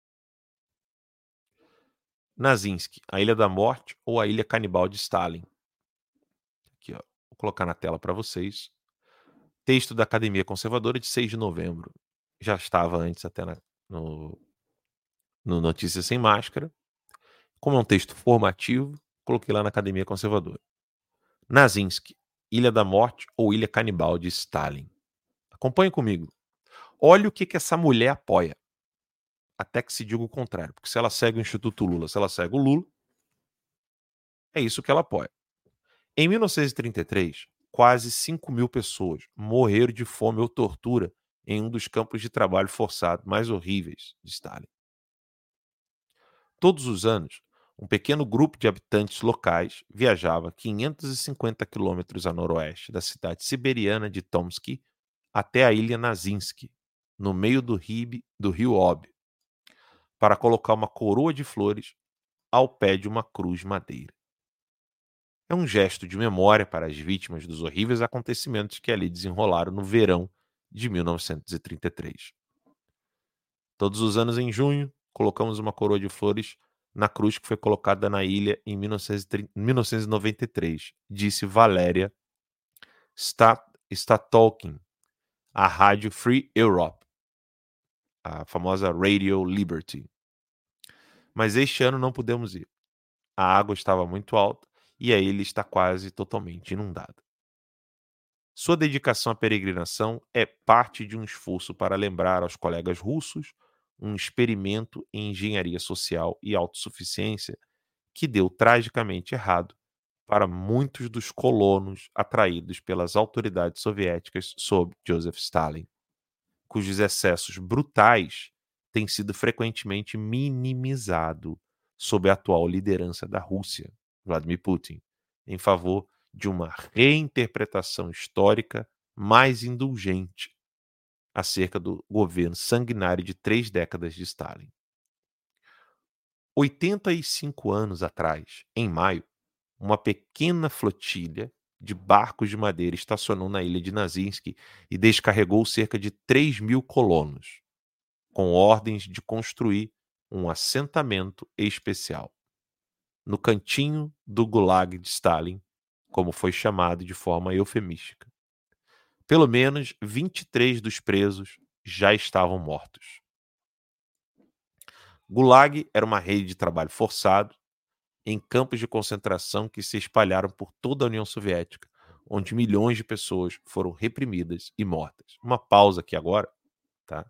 S1: Nazinski, a Ilha da Morte ou a Ilha Canibal de Stalin. Aqui, ó, vou colocar na tela para vocês. Texto da Academia Conservadora de 6 de novembro. Já estava antes até no Notícias Sem Máscara. Como é um texto formativo, coloquei lá na Academia Conservadora. Nazinski, Ilha da Morte ou Ilha Canibal de Stalin. Acompanhe comigo. Olha o que essa mulher apoia. Até que se diga o contrário. Porque se ela segue o Instituto Lula, se ela segue o Lula, é isso que ela apoia. Em 1933, quase 5.000 pessoas morreram de fome ou tortura em um dos campos de trabalho forçado mais horríveis de Stalin. Todos os anos, um pequeno grupo de habitantes locais viajava 550 quilômetros a noroeste da cidade siberiana de Tomsky até a ilha Nazinski, no meio do rio Ob, para colocar uma coroa de flores ao pé de uma cruz de madeira. É um gesto de memória para as vítimas dos horríveis acontecimentos que ali desenrolaram no verão de 1933. Todos os anos, em junho, colocamos uma coroa de flores na cruz que foi colocada na ilha em 1993, disse Valéria Statolkin, a rádio Free Europe, a famosa Radio Liberty. Mas este ano não pudemos ir. A água estava muito alta e a ilha está quase totalmente inundada. Sua dedicação à peregrinação é parte de um esforço para lembrar aos colegas russos um experimento em engenharia social e autossuficiência que deu tragicamente errado para muitos dos colonos atraídos pelas autoridades soviéticas sob Joseph Stalin, cujos excessos brutais têm sido frequentemente minimizados sob a atual liderança da Rússia, Vladimir Putin, em favor de uma reinterpretação histórica mais indulgente acerca do governo sanguinário de 3 décadas de Stalin. 85 anos atrás, em maio, uma pequena flotilha de barcos de madeira estacionou na ilha de Nazinsk e descarregou cerca de 3.000 colonos, com ordens de construir um assentamento especial no cantinho do Gulag de Stalin, como foi chamado de forma eufemística. Pelo menos 23 dos presos já estavam mortos. Gulag era uma rede de trabalho forçado em campos de concentração que se espalharam por toda a União Soviética, onde milhões de pessoas foram reprimidas e mortas. Uma pausa aqui agora, tá?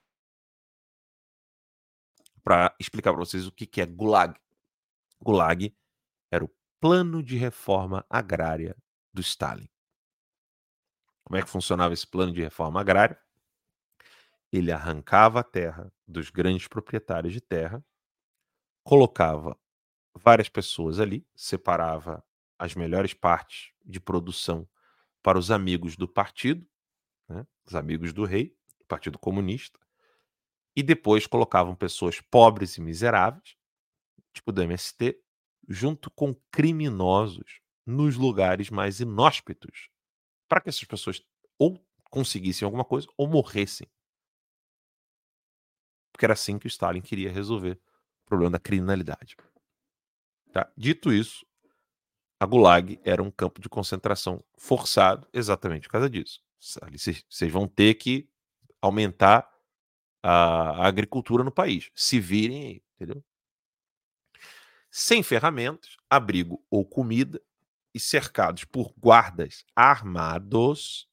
S1: Para explicar para vocês o que é Gulag. Gulag era o plano de reforma agrária do Stalin. Como é que funcionava esse plano de reforma agrária? Ele arrancava a terra dos grandes proprietários de terra, colocava várias pessoas ali, separava as melhores partes de produção para os amigos do partido, né, os amigos do rei, do Partido Comunista, e depois colocavam pessoas pobres e miseráveis, tipo do MST, junto com criminosos nos lugares mais inóspitos, para que essas pessoas ou conseguissem alguma coisa ou morressem. Porque era assim que o Stalin queria resolver o problema da criminalidade. Tá? Dito isso, a Gulag era um campo de concentração forçado exatamente por causa disso. Vocês vão ter que aumentar a agricultura no país. Se virem aí, entendeu? Sem ferramentas, abrigo ou comida e cercados por guardas armados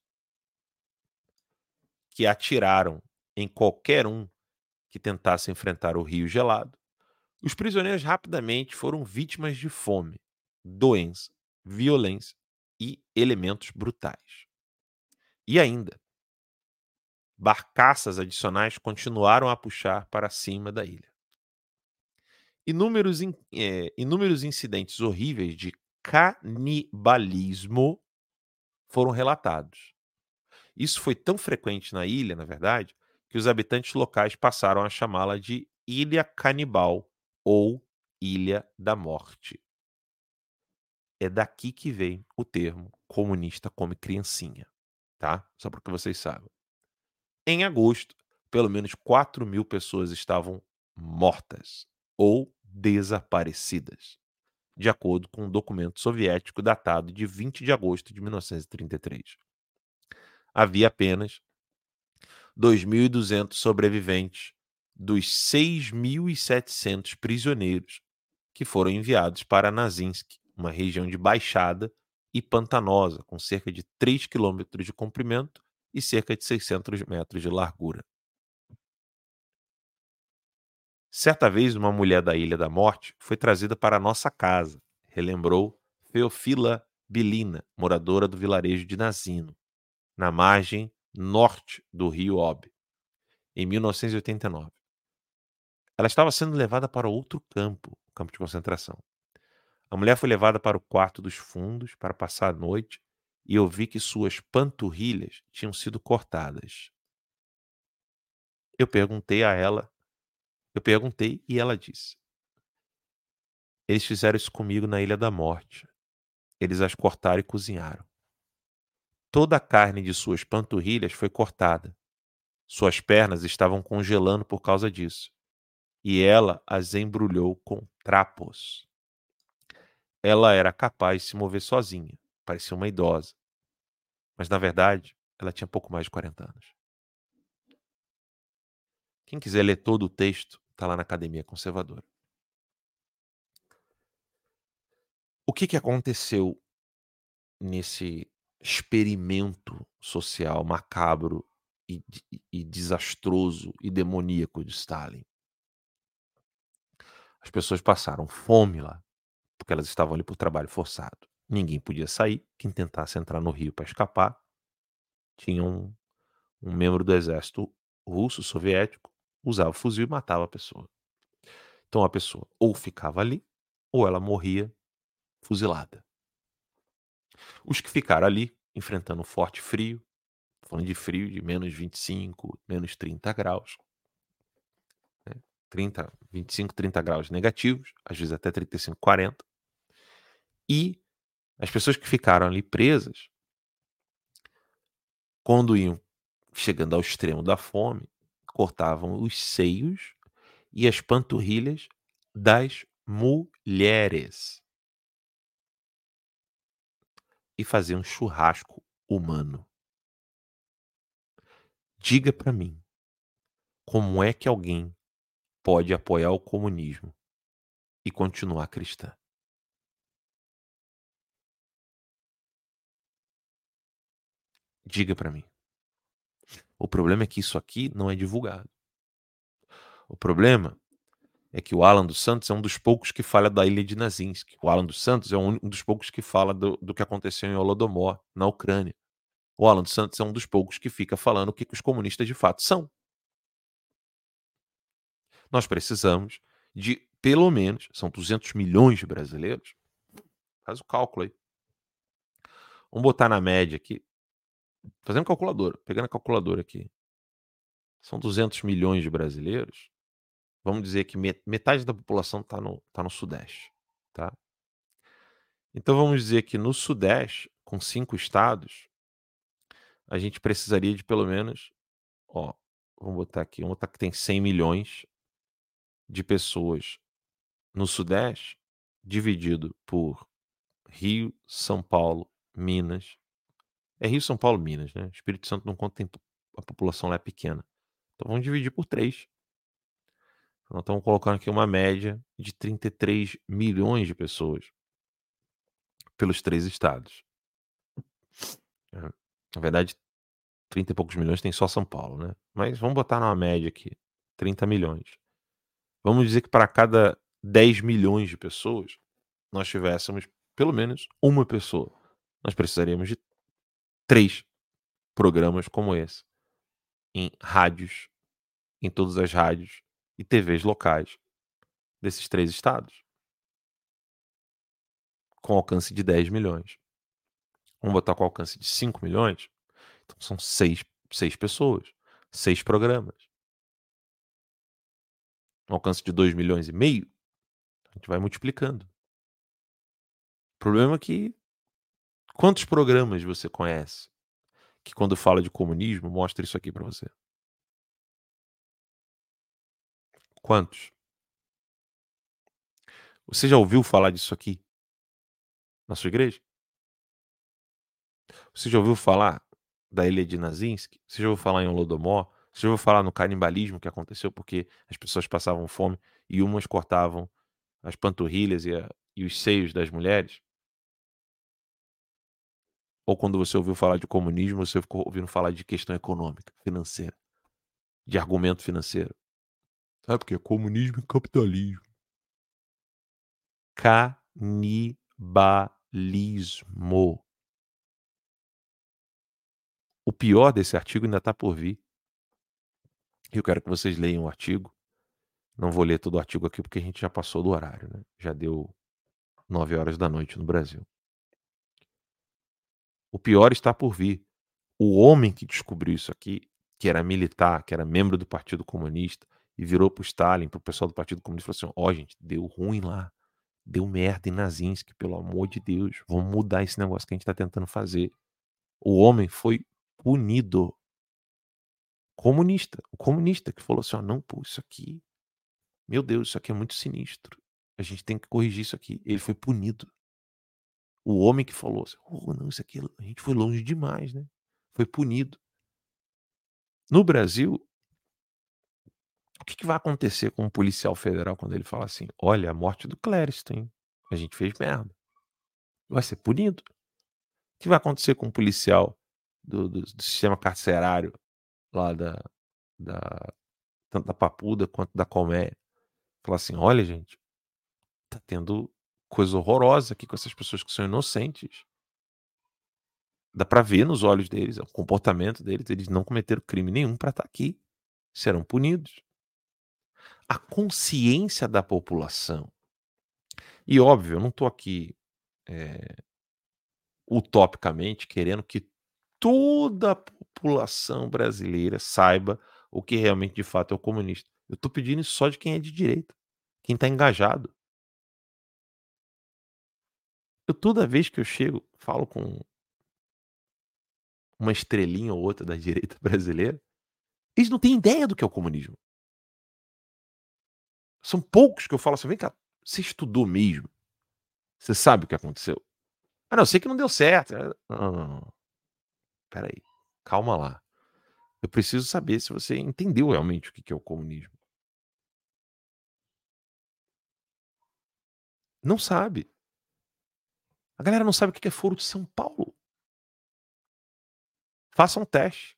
S1: que atiraram em qualquer um que tentasse enfrentar o rio gelado, os prisioneiros rapidamente foram vítimas de fome, doença, violência e elementos brutais. E ainda, barcaças adicionais continuaram a puxar para cima da ilha. Inúmeros incidentes horríveis de canibalismo foram relatados. Isso foi tão frequente na ilha, na verdade, que os habitantes locais passaram a chamá-la de Ilha Canibal ou Ilha da Morte. É daqui que vem o termo comunista come criancinha, tá? Só para que vocês saibam. Em agosto, pelo menos 4.000 pessoas estavam mortas ou desaparecidas, de acordo com um documento soviético datado de 20 de agosto de 1933. Havia apenas 2.200 sobreviventes dos 6.700 prisioneiros que foram enviados para Nazinsk, uma região de baixada e pantanosa, com cerca de 3 quilômetros de comprimento e cerca de 600 metros de largura. Certa vez, uma mulher da Ilha da Morte foi trazida para a nossa casa, relembrou Feofila Bilina, moradora do vilarejo de Nazino, na margem norte do rio Ob, em 1989. Ela estava sendo levada para outro campo de concentração. A mulher foi levada para o quarto dos fundos para passar a noite e eu vi que suas panturrilhas tinham sido cortadas. Eu perguntei e ela disse: eles fizeram isso comigo na Ilha da Morte. Eles as cortaram e cozinharam. Toda a carne de suas panturrilhas foi cortada. Suas pernas estavam congelando por causa disso. E ela as embrulhou com trapos. Ela era capaz de se mover sozinha. Parecia uma idosa. Mas, na verdade, ela tinha pouco mais de 40 anos. Quem quiser ler todo o texto, está lá na Academia Conservadora. O que aconteceu nesse experimento social macabro e desastroso e demoníaco de Stalin. As pessoas passaram fome lá, porque elas estavam ali por trabalho forçado. Ninguém podia sair. Quem tentasse entrar no Rio para escapar tinha um membro do exército russo, soviético, usava o fuzil e matava a pessoa. Então a pessoa ou ficava ali, ou ela morria fuzilada. Os que ficaram ali, enfrentando um forte frio, falando de frio de menos 25, menos 30 graus, 25, 30 graus negativos, às vezes até 35, 40. E as pessoas que ficaram ali presas, quando iam chegando ao extremo da fome, cortavam os seios e as panturrilhas das mulheres e faziam churrasco humano. Diga para mim, como é que alguém pode apoiar o comunismo e continuar cristã? Diga para mim. O problema é que isso aqui não é divulgado. O problema é que o Alan dos Santos é um dos poucos que fala da ilha de Nazinsk. O Alan dos Santos é um dos poucos que fala do que aconteceu em Holodomor, na Ucrânia. O Alan dos Santos é um dos poucos que fica falando o que os comunistas de fato são. Nós precisamos de, pelo menos, são 200 milhões de brasileiros. Faz o cálculo aí. Vamos botar na média aqui. Fazendo calculadora, pegando a calculadora aqui. São 200 milhões de brasileiros. Vamos dizer que metade da população está no Sudeste. Tá? Então vamos dizer que no Sudeste, com 5 estados, a gente precisaria de pelo menos, vamos botar que tem 100 milhões de pessoas no Sudeste, dividido por Rio, São Paulo, Minas. É Rio, São Paulo, Minas, né? Espírito Santo não conta, a população lá é pequena. Então vamos dividir por 3. Nós estamos colocando aqui uma média de 33 milhões de pessoas pelos 3 estados. Na verdade, 30 e poucos milhões tem só São Paulo, né? Mas vamos botar numa média aqui, 30 milhões. Vamos dizer que para cada 10 milhões de pessoas, nós tivéssemos pelo menos uma pessoa. Nós precisaríamos de 3 programas como esse, em rádios, em todas as rádios e TVs locais desses 3 estados, com alcance de 10 milhões. Vamos botar com alcance de 5 milhões? Então são 6 pessoas, 6 programas. Um alcance de 2 milhões e meio, a gente vai multiplicando. O problema é que quantos programas você conhece que quando fala de comunismo mostra isso aqui para você? Quantos? Você já ouviu falar disso aqui na sua igreja? Você já ouviu falar da ilha de Nazinsk? Você já ouviu falar em Holodomor? Você já ouviu falar no canibalismo que aconteceu porque as pessoas passavam fome e umas cortavam as panturrilhas e os seios das mulheres? Ou quando você ouviu falar de comunismo, você ficou ouvindo falar de questão econômica, financeira, de argumento financeiro? Sabe porque é comunismo e capitalismo. Canibalismo. O pior desse artigo ainda está por vir. Eu quero que vocês leiam o artigo. Não vou ler todo o artigo aqui porque a gente já passou do horário, né? Já deu 9 horas da noite no Brasil. O pior está por vir. O homem que descobriu isso aqui, que era militar, que era membro do Partido Comunista, e virou pro Stalin, pro pessoal do Partido Comunista, e falou assim: gente, deu ruim lá. Deu merda em Nazinsk, pelo amor de Deus. Vamos mudar esse negócio que a gente está tentando fazer. O homem foi punido. O comunista que falou assim: não, isso aqui, meu Deus, isso aqui é muito sinistro. A gente tem que corrigir isso aqui. Ele foi punido. O homem que falou assim: não, isso aqui a gente foi longe demais, né? Foi punido. No Brasil, o que vai acontecer com um policial federal quando ele fala assim: olha, a morte do Clériston, hein? A gente fez merda. Vai ser punido. que vai acontecer com um policial do sistema carcerário lá tanto da Papuda quanto da Colmeia? Falar assim, olha, gente, tá tendo coisa horrorosa aqui com essas pessoas que são inocentes. Dá pra ver nos olhos deles, o comportamento deles, eles não cometeram crime nenhum pra estar aqui. Serão punidos. A consciência da população. E óbvio, eu não tô aqui utopicamente querendo que toda a população brasileira saiba o que realmente de fato é o comunista. Eu tô pedindo isso só de quem é de direita, quem tá engajado. Eu toda vez que eu chego, falo com uma estrelinha ou outra da direita brasileira, eles não têm ideia do que é o comunismo. São poucos que eu falo assim, vem cá, você estudou mesmo? Você sabe o que aconteceu? Ah, não, eu sei que não deu certo. Não. Peraí, calma lá. Eu preciso saber se você entendeu realmente o que é o comunismo. Não sabe. A galera não sabe o que é Foro de São Paulo. Faça um teste.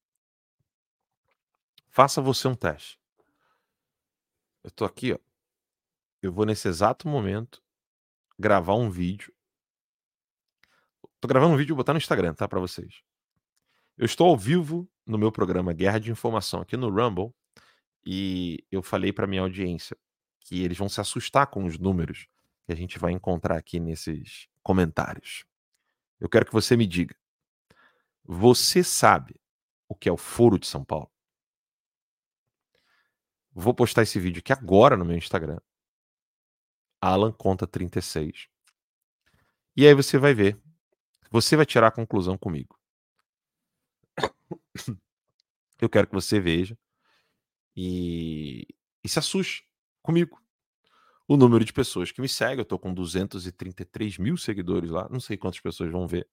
S1: Faça você um teste. Eu tô aqui, ó. Eu vou nesse exato momento gravar um vídeo. Tô gravando um vídeo e vou botar no Instagram, tá? Pra vocês. Eu estou ao vivo no meu programa Guerra de Informação aqui no Rumble e eu falei pra minha audiência que eles vão se assustar com os números que a gente vai encontrar aqui nesses comentários. Eu quero que você me diga. Você sabe o que é o Foro de São Paulo? Vou postar esse vídeo aqui agora no meu Instagram. Alan Conta 36. E aí você vai ver. Você vai tirar a conclusão comigo. Eu quero que você veja e se assuste comigo. O número de pessoas que me seguem, eu tô com 233 mil seguidores lá. Não sei quantas pessoas vão ver.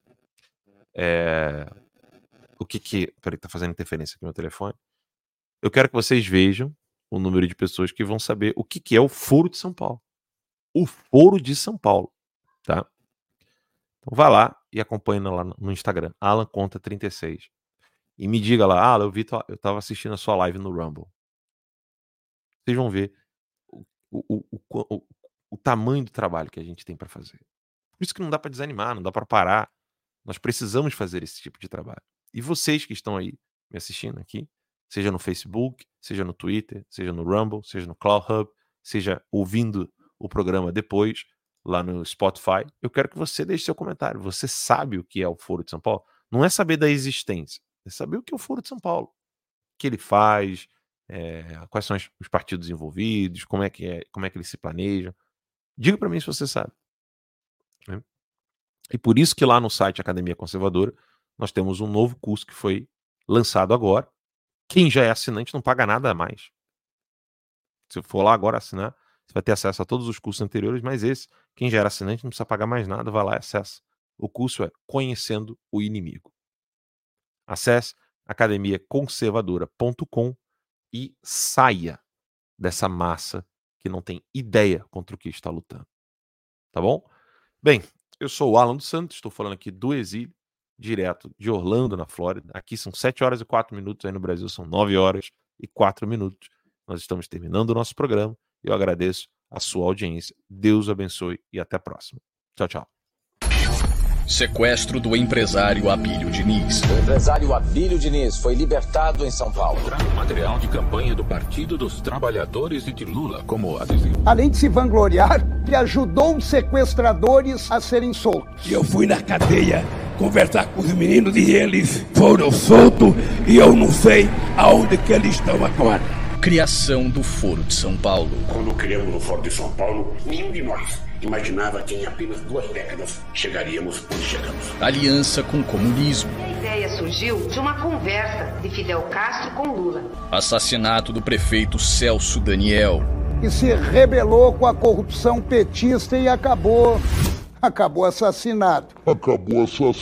S1: Peraí, tá fazendo interferência aqui no meu telefone. Eu quero que vocês vejam o número de pessoas que vão saber o que é o Foro de São Paulo. O Foro de São Paulo, tá? Então vá lá e acompanhe lá no Instagram, Alan Conta 36. E me diga lá, eu tava assistindo a sua live no Rumble. Vocês vão ver o tamanho do trabalho que a gente tem para fazer. Por isso que não dá para desanimar, não dá para parar. Nós precisamos fazer esse tipo de trabalho. E vocês que estão aí me assistindo aqui, seja no Facebook, seja no Twitter, seja no Rumble, seja no Cloud Hub, seja ouvindo o programa depois, lá no Spotify, eu quero que você deixe seu comentário. Você sabe o que é o Foro de São Paulo? Não é saber da existência, é saber o que é o Foro de São Paulo. O que ele faz, quais são os partidos envolvidos, como é que eles se planejam. Diga para mim se você sabe. E por isso que lá no site Academia Conservadora, nós temos um novo curso que foi lançado agora. Quem já é assinante não paga nada a mais. Se eu for lá agora assinar, você vai ter acesso a todos os cursos anteriores, mas esse, quem já era assinante, não precisa pagar mais nada, vai lá e acessa. O curso é Conhecendo o Inimigo. Acesse academiaconservadora.com e saia dessa massa que não tem ideia contra o que está lutando. Tá bom? Bem, eu sou o Alan dos Santos, estou falando aqui do exílio, direto de Orlando, na Flórida. Aqui são 7 horas e 4 minutos, aí no Brasil são 9 horas e 4 minutos. Nós estamos terminando o nosso programa e eu agradeço a sua audiência. Deus abençoe e até a próxima. Tchau, tchau.
S8: Sequestro do empresário Abílio Diniz.
S9: O empresário Abílio Diniz foi libertado em São Paulo.
S10: Material de campanha do Partido dos Trabalhadores e de Lula como adesivo.
S11: Além de se vangloriar, ele ajudou os sequestradores a serem soltos.
S12: Eu fui na cadeia conversar com os meninos e eles foram soltos e eu não sei aonde que eles estão agora.
S8: Criação do Foro de São Paulo.
S13: Quando criamos o Foro de São Paulo, nenhum de nós imaginava que em apenas 2 décadas chegaríamos onde chegamos.
S8: Aliança com o comunismo.
S14: A ideia surgiu de uma conversa de Fidel Castro com Lula.
S8: Assassinato do prefeito Celso Daniel.
S11: E se rebelou com a corrupção petista e acabou assassinado.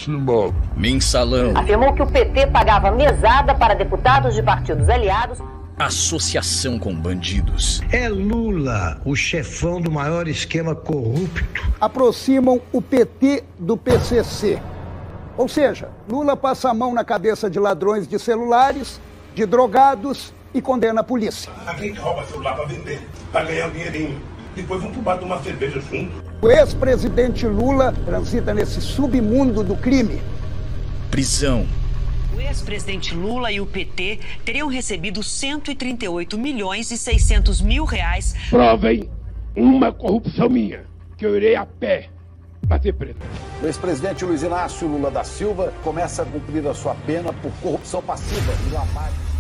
S8: Mensalão.
S14: Afirmou que o PT pagava mesada para deputados de partidos aliados.
S8: associação com bandidos.
S15: É Lula o chefão do maior esquema corrupto.
S11: Aproximam o PT do PCC. Ou seja, Lula passa a mão na cabeça de ladrões de celulares, de drogados e condena a polícia.
S12: A gente rouba celular para vender, para ganhar um dinheirinho. Depois vão pro bar tomar cerveja junto.
S11: O ex-presidente Lula transita nesse submundo do crime.
S8: Prisão.
S16: O ex-presidente Lula e o PT teriam recebido 138 milhões e 600 mil reais.
S12: Provem uma corrupção minha, que eu irei a pé bater preso.
S9: O ex-presidente Luiz Inácio Lula da Silva começa a cumprir a sua pena por corrupção passiva e lavagem.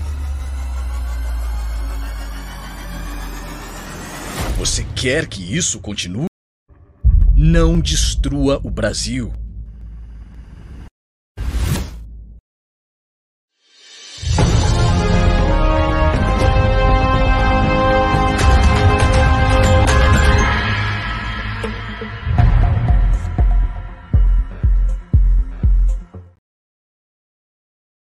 S8: Você quer que isso continue? Não destrua o Brasil.